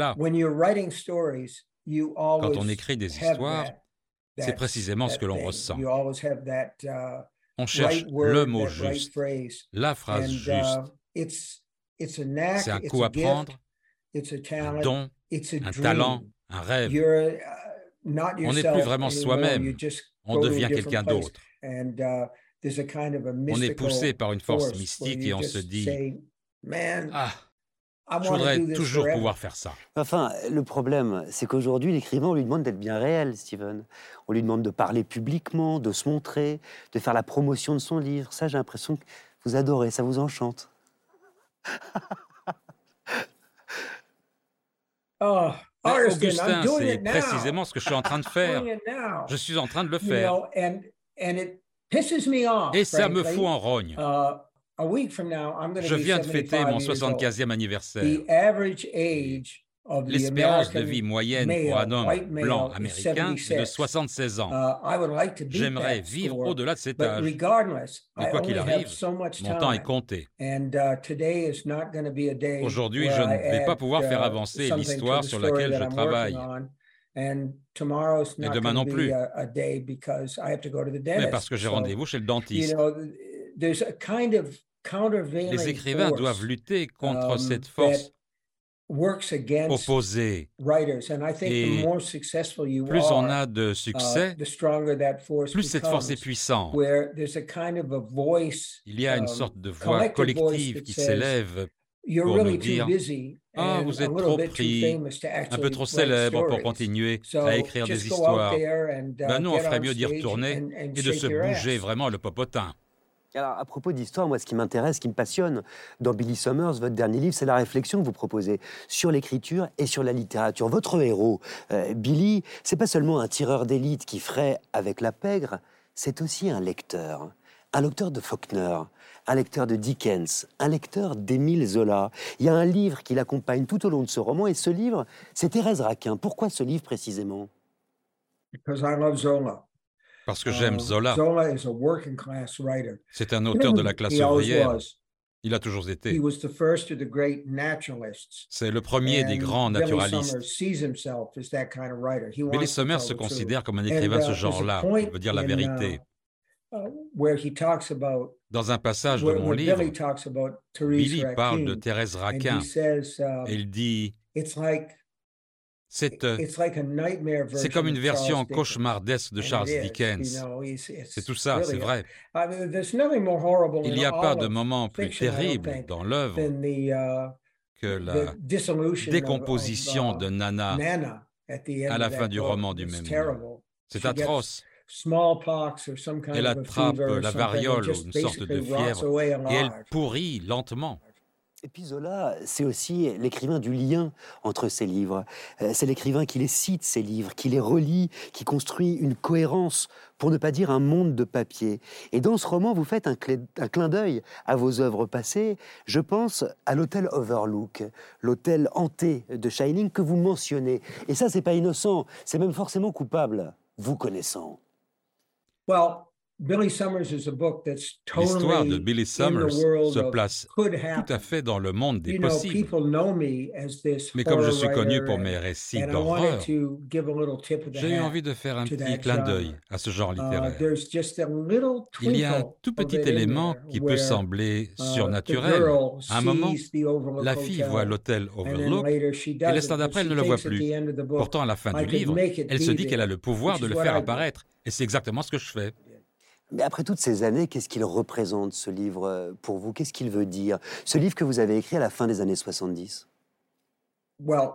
Quand on écrit des histoires, c'est précisément ce que l'on ressent. On cherche le mot juste, la phrase juste. C'est un coup à prendre, un don, un talent, un rêve. On n'est plus vraiment soi-même, on devient quelqu'un d'autre. On est poussé par une force mystique et on se dit « Ah, je voudrais toujours pouvoir faire ça. » Enfin, le problème, c'est qu'aujourd'hui, l'écrivain, on lui demande d'être bien réel, Stephen. On lui demande de parler publiquement, de se montrer, de faire la promotion de son livre. Ça, j'ai l'impression que vous adorez, ça vous enchante. Augustin, c'est précisément ce que je suis en train de faire. Je suis en train de le faire. Et ça me fout en rogne. Je viens de fêter mon 75e anniversaire. L'espérance de vie moyenne pour un homme blanc américain est de 76 ans. J'aimerais vivre au-delà de cet âge. Mais quoi qu'il arrive, mon temps est compté. Aujourd'hui, je ne vais pas pouvoir faire avancer l'histoire sur laquelle je travaille. Et demain non plus. Mais parce que j'ai rendez-vous chez le dentiste. Les écrivains doivent lutter contre cette force opposée. Et plus on a de succès, plus cette force est puissante. Il y a une sorte de voix collective qui s'élève pour nous dire Ah, vous êtes trop pris, un peu trop célèbre pour continuer à écrire des histoires. Ben nous, on ferait mieux d'y retourner et de se bouger vraiment le popotin. Alors, à propos d'histoire, moi, ce qui m'intéresse, ce qui me passionne dans Billy Summers, votre dernier livre, c'est la réflexion que vous proposez sur l'écriture et sur la littérature. Votre héros, Billy, c'est pas seulement un tireur d'élite qui fraye avec la pègre, c'est aussi un lecteur de Faulkner, un lecteur de Dickens, un lecteur d'Émile Zola. Il y a un livre qui l'accompagne tout au long de ce roman, et ce livre, c'est Thérèse Raquin. Pourquoi ce livre précisément? Because I love Zola. Parce que j'aime Zola. Zola is a working class writer. C'est un auteur de la classe He always ouvrière. was. Il a toujours été. He was the first of the great naturalists. C'est le premier des grands Billy naturalistes. Summers sees himself as that kind of writer. He Billy wants to Summers tell se the considère truth. comme un écrivain de ce there's a genre-là, point il veut dire la in, vérité. Where he talks about Dans un passage de where mon livre, Billy talks about Thérèse Billy parle de Raquin, Thérèse and Raquin he says, et il dit it's like c'est a nightmare version comme une of version Charles Dickens. cauchemardesque de And Charles it is, Dickens. you know, it's C'est tout ça, c'est really vrai. there's nothing more horrible Il in n'y a all pas de of moment plus fiction, I don't terrible think, dans l'œuvre than que the la dissolution décomposition of de Nana Nana at the end à la of fin that du book. roman du It's même nom. terrible. C'est She gets atroce. smallpox or some kind Elle of a attrape fever or la something, and variole ou just une sorte de basically rots fièvre away et elle alive. pourrit lentement. Et puis Zola, c'est aussi l'écrivain du lien entre ses livres. C'est l'écrivain qui les cite, ses livres, qui les relie, qui construit une cohérence, pour ne pas dire un monde de papier. Et dans ce roman, vous faites un clin d'œil à vos œuvres passées. Je pense à l'hôtel Overlook, l'hôtel hanté de Shining que vous mentionnez. Et ça, c'est pas innocent, c'est même forcément coupable, vous connaissant. Well, Billy Summers is a book that's L'histoire de totally Billy in Summers the world se of place could tout à happen. fait dans le monde des You know, possibles. people know me as this Mais comme je horror suis connu writer, pour mes récits and I d'horreur, wanted to give a little tip of the j'ai eu hat envie de faire un to petit that clin genre. d'œil à ce genre littéraire. There's just a little Il y a un twinkle tout of petit it in élément there qui peut where, sembler the surnaturel. girl À un moment, sees the Overlook la fille Hotel, voit l'hôtel and then Overlook later she et does l'instant it, but d'après, elle she ne le voit thinks at plus. the end of the book, Pourtant, à la fin I du could livre, make it elle se be dit qu'elle a there, le pouvoir which de is le what faire I did. apparaître. Et c'est exactement ce que je fais. Mais après toutes ces années, qu'est-ce qu'il représente, ce livre, pour vous? Qu'est-ce qu'il veut dire? Ce livre que vous avez écrit à la fin des années 70. Well,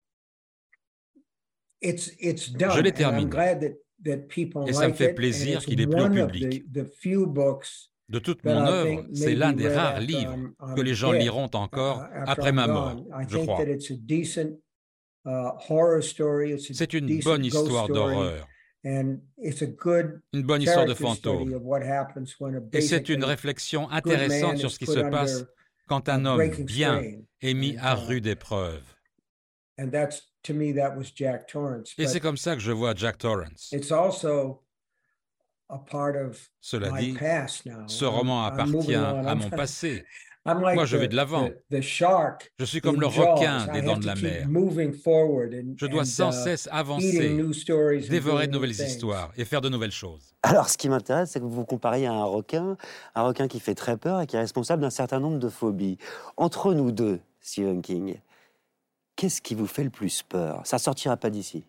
it's done, Je l'ai and I'm terminé. glad that people Et ça me like fait it, and plaisir it's qu'il ait plu au one of public. the few books De toute that mon I œuvre, think c'est may l'un be des read rares after livres I'm que les gens dead, liront encore after après I'm ma gone. mort, I je think crois. that it's a decent horror story. It's a C'est une decent bonne ghost histoire story, d'horreur, and it's a good une bonne histoire de character study fantôme. of what happens when a Et c'est basically une réflexion good man intéressante sur is ce qui put se under passe quand a un homme breaking bien strain. est mis à And, rude épreuve. And that's, to me, that was Jack Torrance. Et But c'est comme ça que je vois Jack Torrance. it's also a part of Cela my dit, past now. ce roman I'm moving appartient on. à mon passé. I'm like Moi, je vais de l'avant. the shark Je suis comme in le Jaws. requin I des have dents de to la keep mer. moving forward and, Je dois sans cesse eating avancer, new stories and dévorer doing de new nouvelles things. histoires et faire de nouvelles choses. Alors, ce qui m'intéresse, c'est que vous vous compariez à un requin qui fait très peur et qui est responsable d'un certain nombre de phobies. Entre nous deux, Stephen King, qu'est-ce qui vous fait le plus peur? Ça sortira pas d'ici.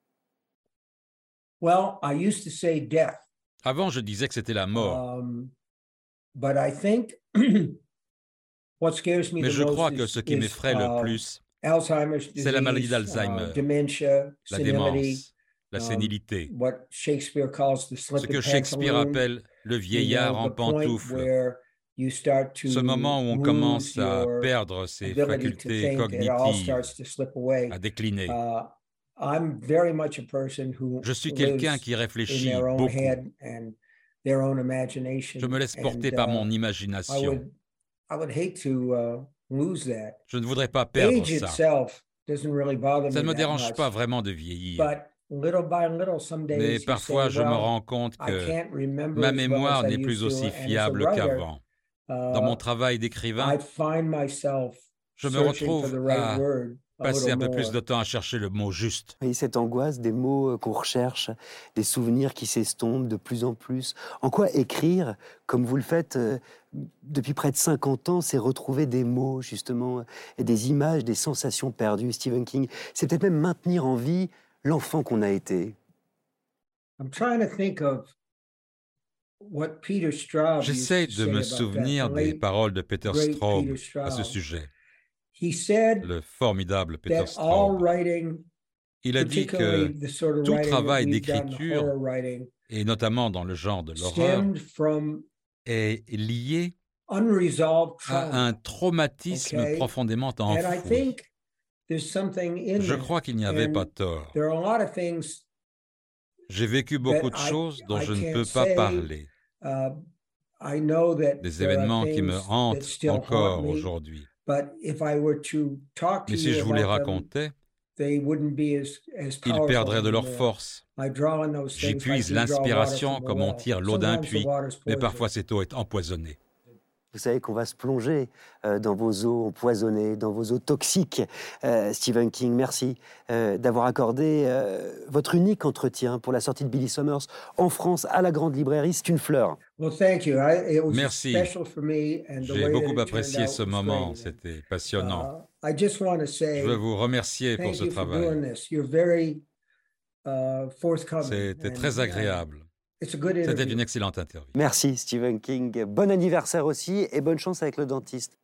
Well, I used to say death. Avant, je disais que c'était la mort. But I think what scares me Mais the je most crois que ce qui m'effraie le plus, Alzheimer's disease, c'est la maladie d'Alzheimer, dementia, la senility, démence, la sénilité, what Shakespeare calls the ce slipping que Shakespeare pantaloon, appelle le vieillard en the point pantoufles, where you start to ce moment où on lose commence à your perdre ses ability to facultés think, it all cognitives, starts to slip away. à décliner. I'm very much a person who Je suis quelqu'un lives qui in réfléchit their own beaucoup. head and their own imagination. Je me laisse porter and, par mon I imagination. would hate to lose that. Je ne voudrais pas perdre Age ça. itself doesn't really bother Ça ne me me that dérange much, pas vraiment de vieillir. but little by little, some days Mais you parfois, say, je me well, rends compte I que can't remember ma as well mémoire as I n'est plus used to, aussi and as a fiable writer, qu'avant. Dans mon travail d'écrivain, I find myself je me searching for retrouve the right à word a passer little un peu plus more. de temps à chercher le mot juste. Et cette angoisse des mots qu'on recherche, des souvenirs qui s'estompent de plus en plus. En quoi écrire, comme vous le faites depuis près de 50 ans, c'est retrouver des mots, justement, et des images, des sensations perdues. Stephen King, c'est peut-être même maintenir en vie l'enfant qu'on a été. I'm trying to think of what Peter Straub used J'essaie to de say me about souvenir that. The des late, paroles de Peter great Straub Peter à ce Straub. sujet. le formidable Peter Straub. Il a dit que tout travail d'écriture, et notamment dans le genre de l'horreur, est lié à un traumatisme profondément enfoui. Je crois qu'il n'y avait pas tort. J'ai vécu beaucoup de choses dont je ne peux pas parler. Des événements qui me hantent encore aujourd'hui. Mais si je vous les racontais, ils perdraient de leur force. J'y puise l'inspiration comme on tire l'eau d'un puits, mais parfois cette eau est empoisonnée. Vous savez qu'on va se plonger dans vos eaux empoisonnées, dans vos eaux toxiques. Stephen King, merci d'avoir accordé votre unique entretien pour la sortie de Billy Summers en France à la Grande Librairie. C'est une fleur. Merci. J'ai beaucoup apprécié ce moment. C'était passionnant. Je veux vous remercier pour ce travail. C'était très agréable. C'était une excellente interview. Merci Stephen King. Bon anniversaire aussi et bonne chance avec le dentiste.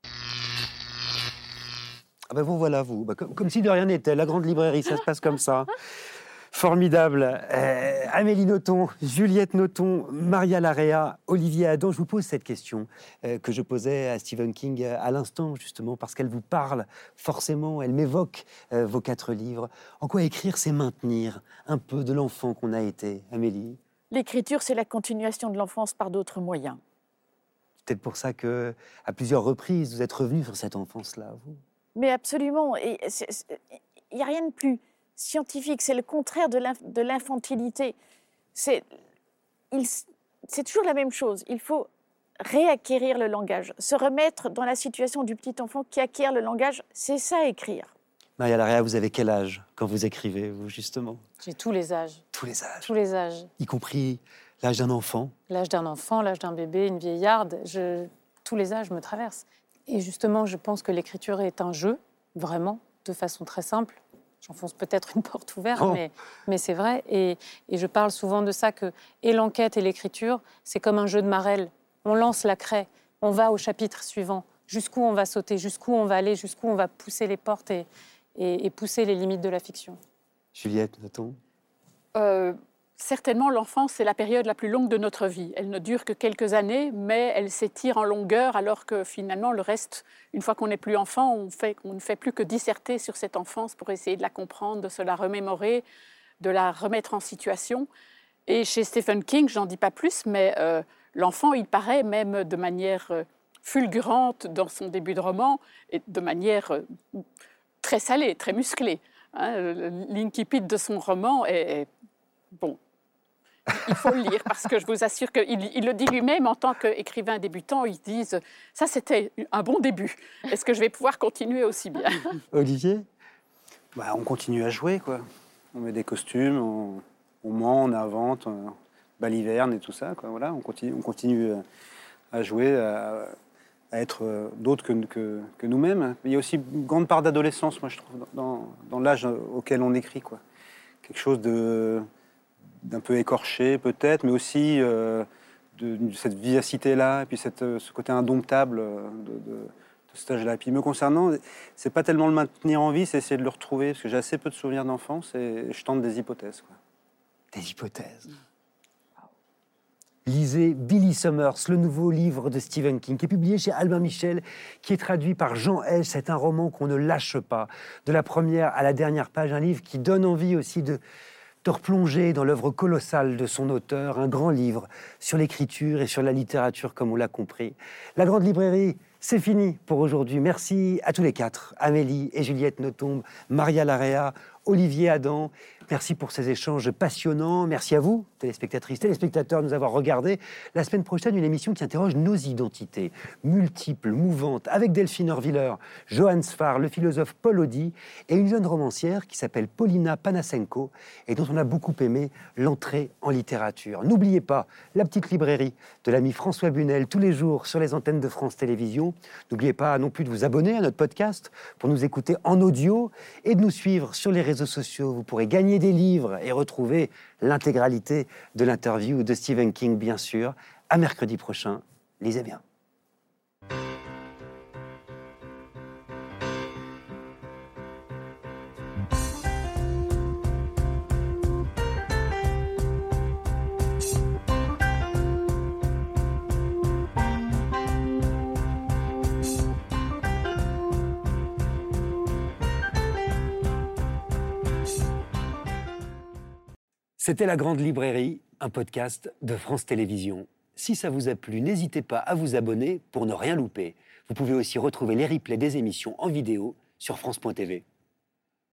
Ah ben vous voilà, vous. Comme si de rien n'était. La Grande Librairie, ça se passe comme ça. Formidable. Amélie Nothomb, Juliette Nothomb, Maria Larrea, Olivier Adam. Je vous pose cette question que je posais à Stephen King à l'instant, justement, parce qu'elle vous parle forcément, elle m'évoque vos 4 livres. En quoi écrire, c'est maintenir un peu de l'enfant qu'on a été, Amélie? L'écriture, c'est la continuation de l'enfance par d'autres moyens. C'est peut-être pour ça que, à plusieurs reprises, vous êtes revenu sur cette enfance-là, vous. Mais absolument. Il n'y a rien de plus scientifique. C'est le contraire de l'infantilité. C'est toujours la même chose. Il faut réacquérir le langage, se remettre dans la situation du petit enfant qui acquiert le langage. C'est ça, écrire. Maria Larrea, vous avez quel âge quand vous écrivez, vous, justement? J'ai tous les âges. Tous les âges? Tous les âges. Y compris l'âge d'un enfant? L'âge d'un enfant, l'âge d'un bébé, une vieillarde. Tous les âges me traversent. Et justement, je pense que l'écriture est un jeu, vraiment, de façon très simple. J'enfonce peut-être une porte ouverte, mais c'est vrai. Et je parle souvent de ça, que et l'enquête et l'écriture, c'est comme un jeu de marelle. On lance la craie, on va au chapitre suivant. Jusqu'où on va sauter, jusqu'où on va aller, jusqu'où on va pousser les portes et pousser les limites de la fiction. Juliette Nothomb? Certainement, l'enfance, c'est la période la plus longue de notre vie. Elle ne dure que quelques années, mais elle s'étire en longueur, alors que finalement, le reste, une fois qu'on n'est plus enfant, on ne fait plus que disserter sur cette enfance pour essayer de la comprendre, de se la remémorer, de la remettre en situation. Et chez Stephen King, j'en dis pas plus, mais l'enfant, il paraît même de manière fulgurante dans son début de roman, et de manière très salée, très musclée. L'incipit de son roman est bon. Il faut le lire parce que je vous assure qu'il le dit lui-même en tant qu'écrivain débutant. Ils disent « ça, c'était un bon début. Est-ce que je vais pouvoir continuer aussi bien ?» Olivier? On continue à jouer, quoi. On met des costumes, on ment, on invente, baliverne et tout ça, quoi. Voilà, on continue à jouer, à être d'autres que nous-mêmes. Il y a aussi une grande part d'adolescence, moi, je trouve, dans l'âge auquel on écrit, quoi. Quelque chose d'un peu écorché peut-être, mais aussi de cette vivacité-là, et puis ce côté indomptable de cet âge-là. Et puis me concernant, c'est pas tellement le maintenir en vie, c'est essayer de le retrouver, parce que j'ai assez peu de souvenirs d'enfance et je tente des hypothèses, quoi. Des hypothèses. Lisez Billy Summers, le nouveau livre de Stephen King, qui est publié chez Albin Michel, qui est traduit par Jean Hesch. C'est un roman qu'on ne lâche pas. De la première à la dernière page, un livre qui donne envie aussi de replonger dans l'œuvre colossale de son auteur, un grand livre sur l'écriture et sur la littérature, comme on l'a compris. La Grande Librairie, c'est fini pour aujourd'hui. Merci à tous les 4, Amélie et Juliette Nothomb, Maria Larrea, Olivier Adam. Merci pour ces échanges passionnants. Merci à vous, téléspectatrices, téléspectateurs, de nous avoir regardés. La semaine prochaine, une émission qui interroge nos identités, multiples, mouvantes, avec Delphine Orviller, Johann Sfar, le philosophe Paul Audy et une jeune romancière qui s'appelle Paulina Panasenko et dont on a beaucoup aimé l'entrée en littérature. N'oubliez pas la petite librairie de l'ami François Bunel tous les jours sur les antennes de France Télévisions. N'oubliez pas non plus de vous abonner à notre podcast pour nous écouter en audio et de nous suivre sur les réseaux sociaux. Vous pourrez gagner des livres et retrouver l'intégralité de l'interview de Stephen King, bien sûr. À mercredi prochain. Lisez bien. C'était La Grande Librairie, un podcast de France Télévisions. Si ça vous a plu, n'hésitez pas à vous abonner pour ne rien louper. Vous pouvez aussi retrouver les replays des émissions en vidéo sur France.tv.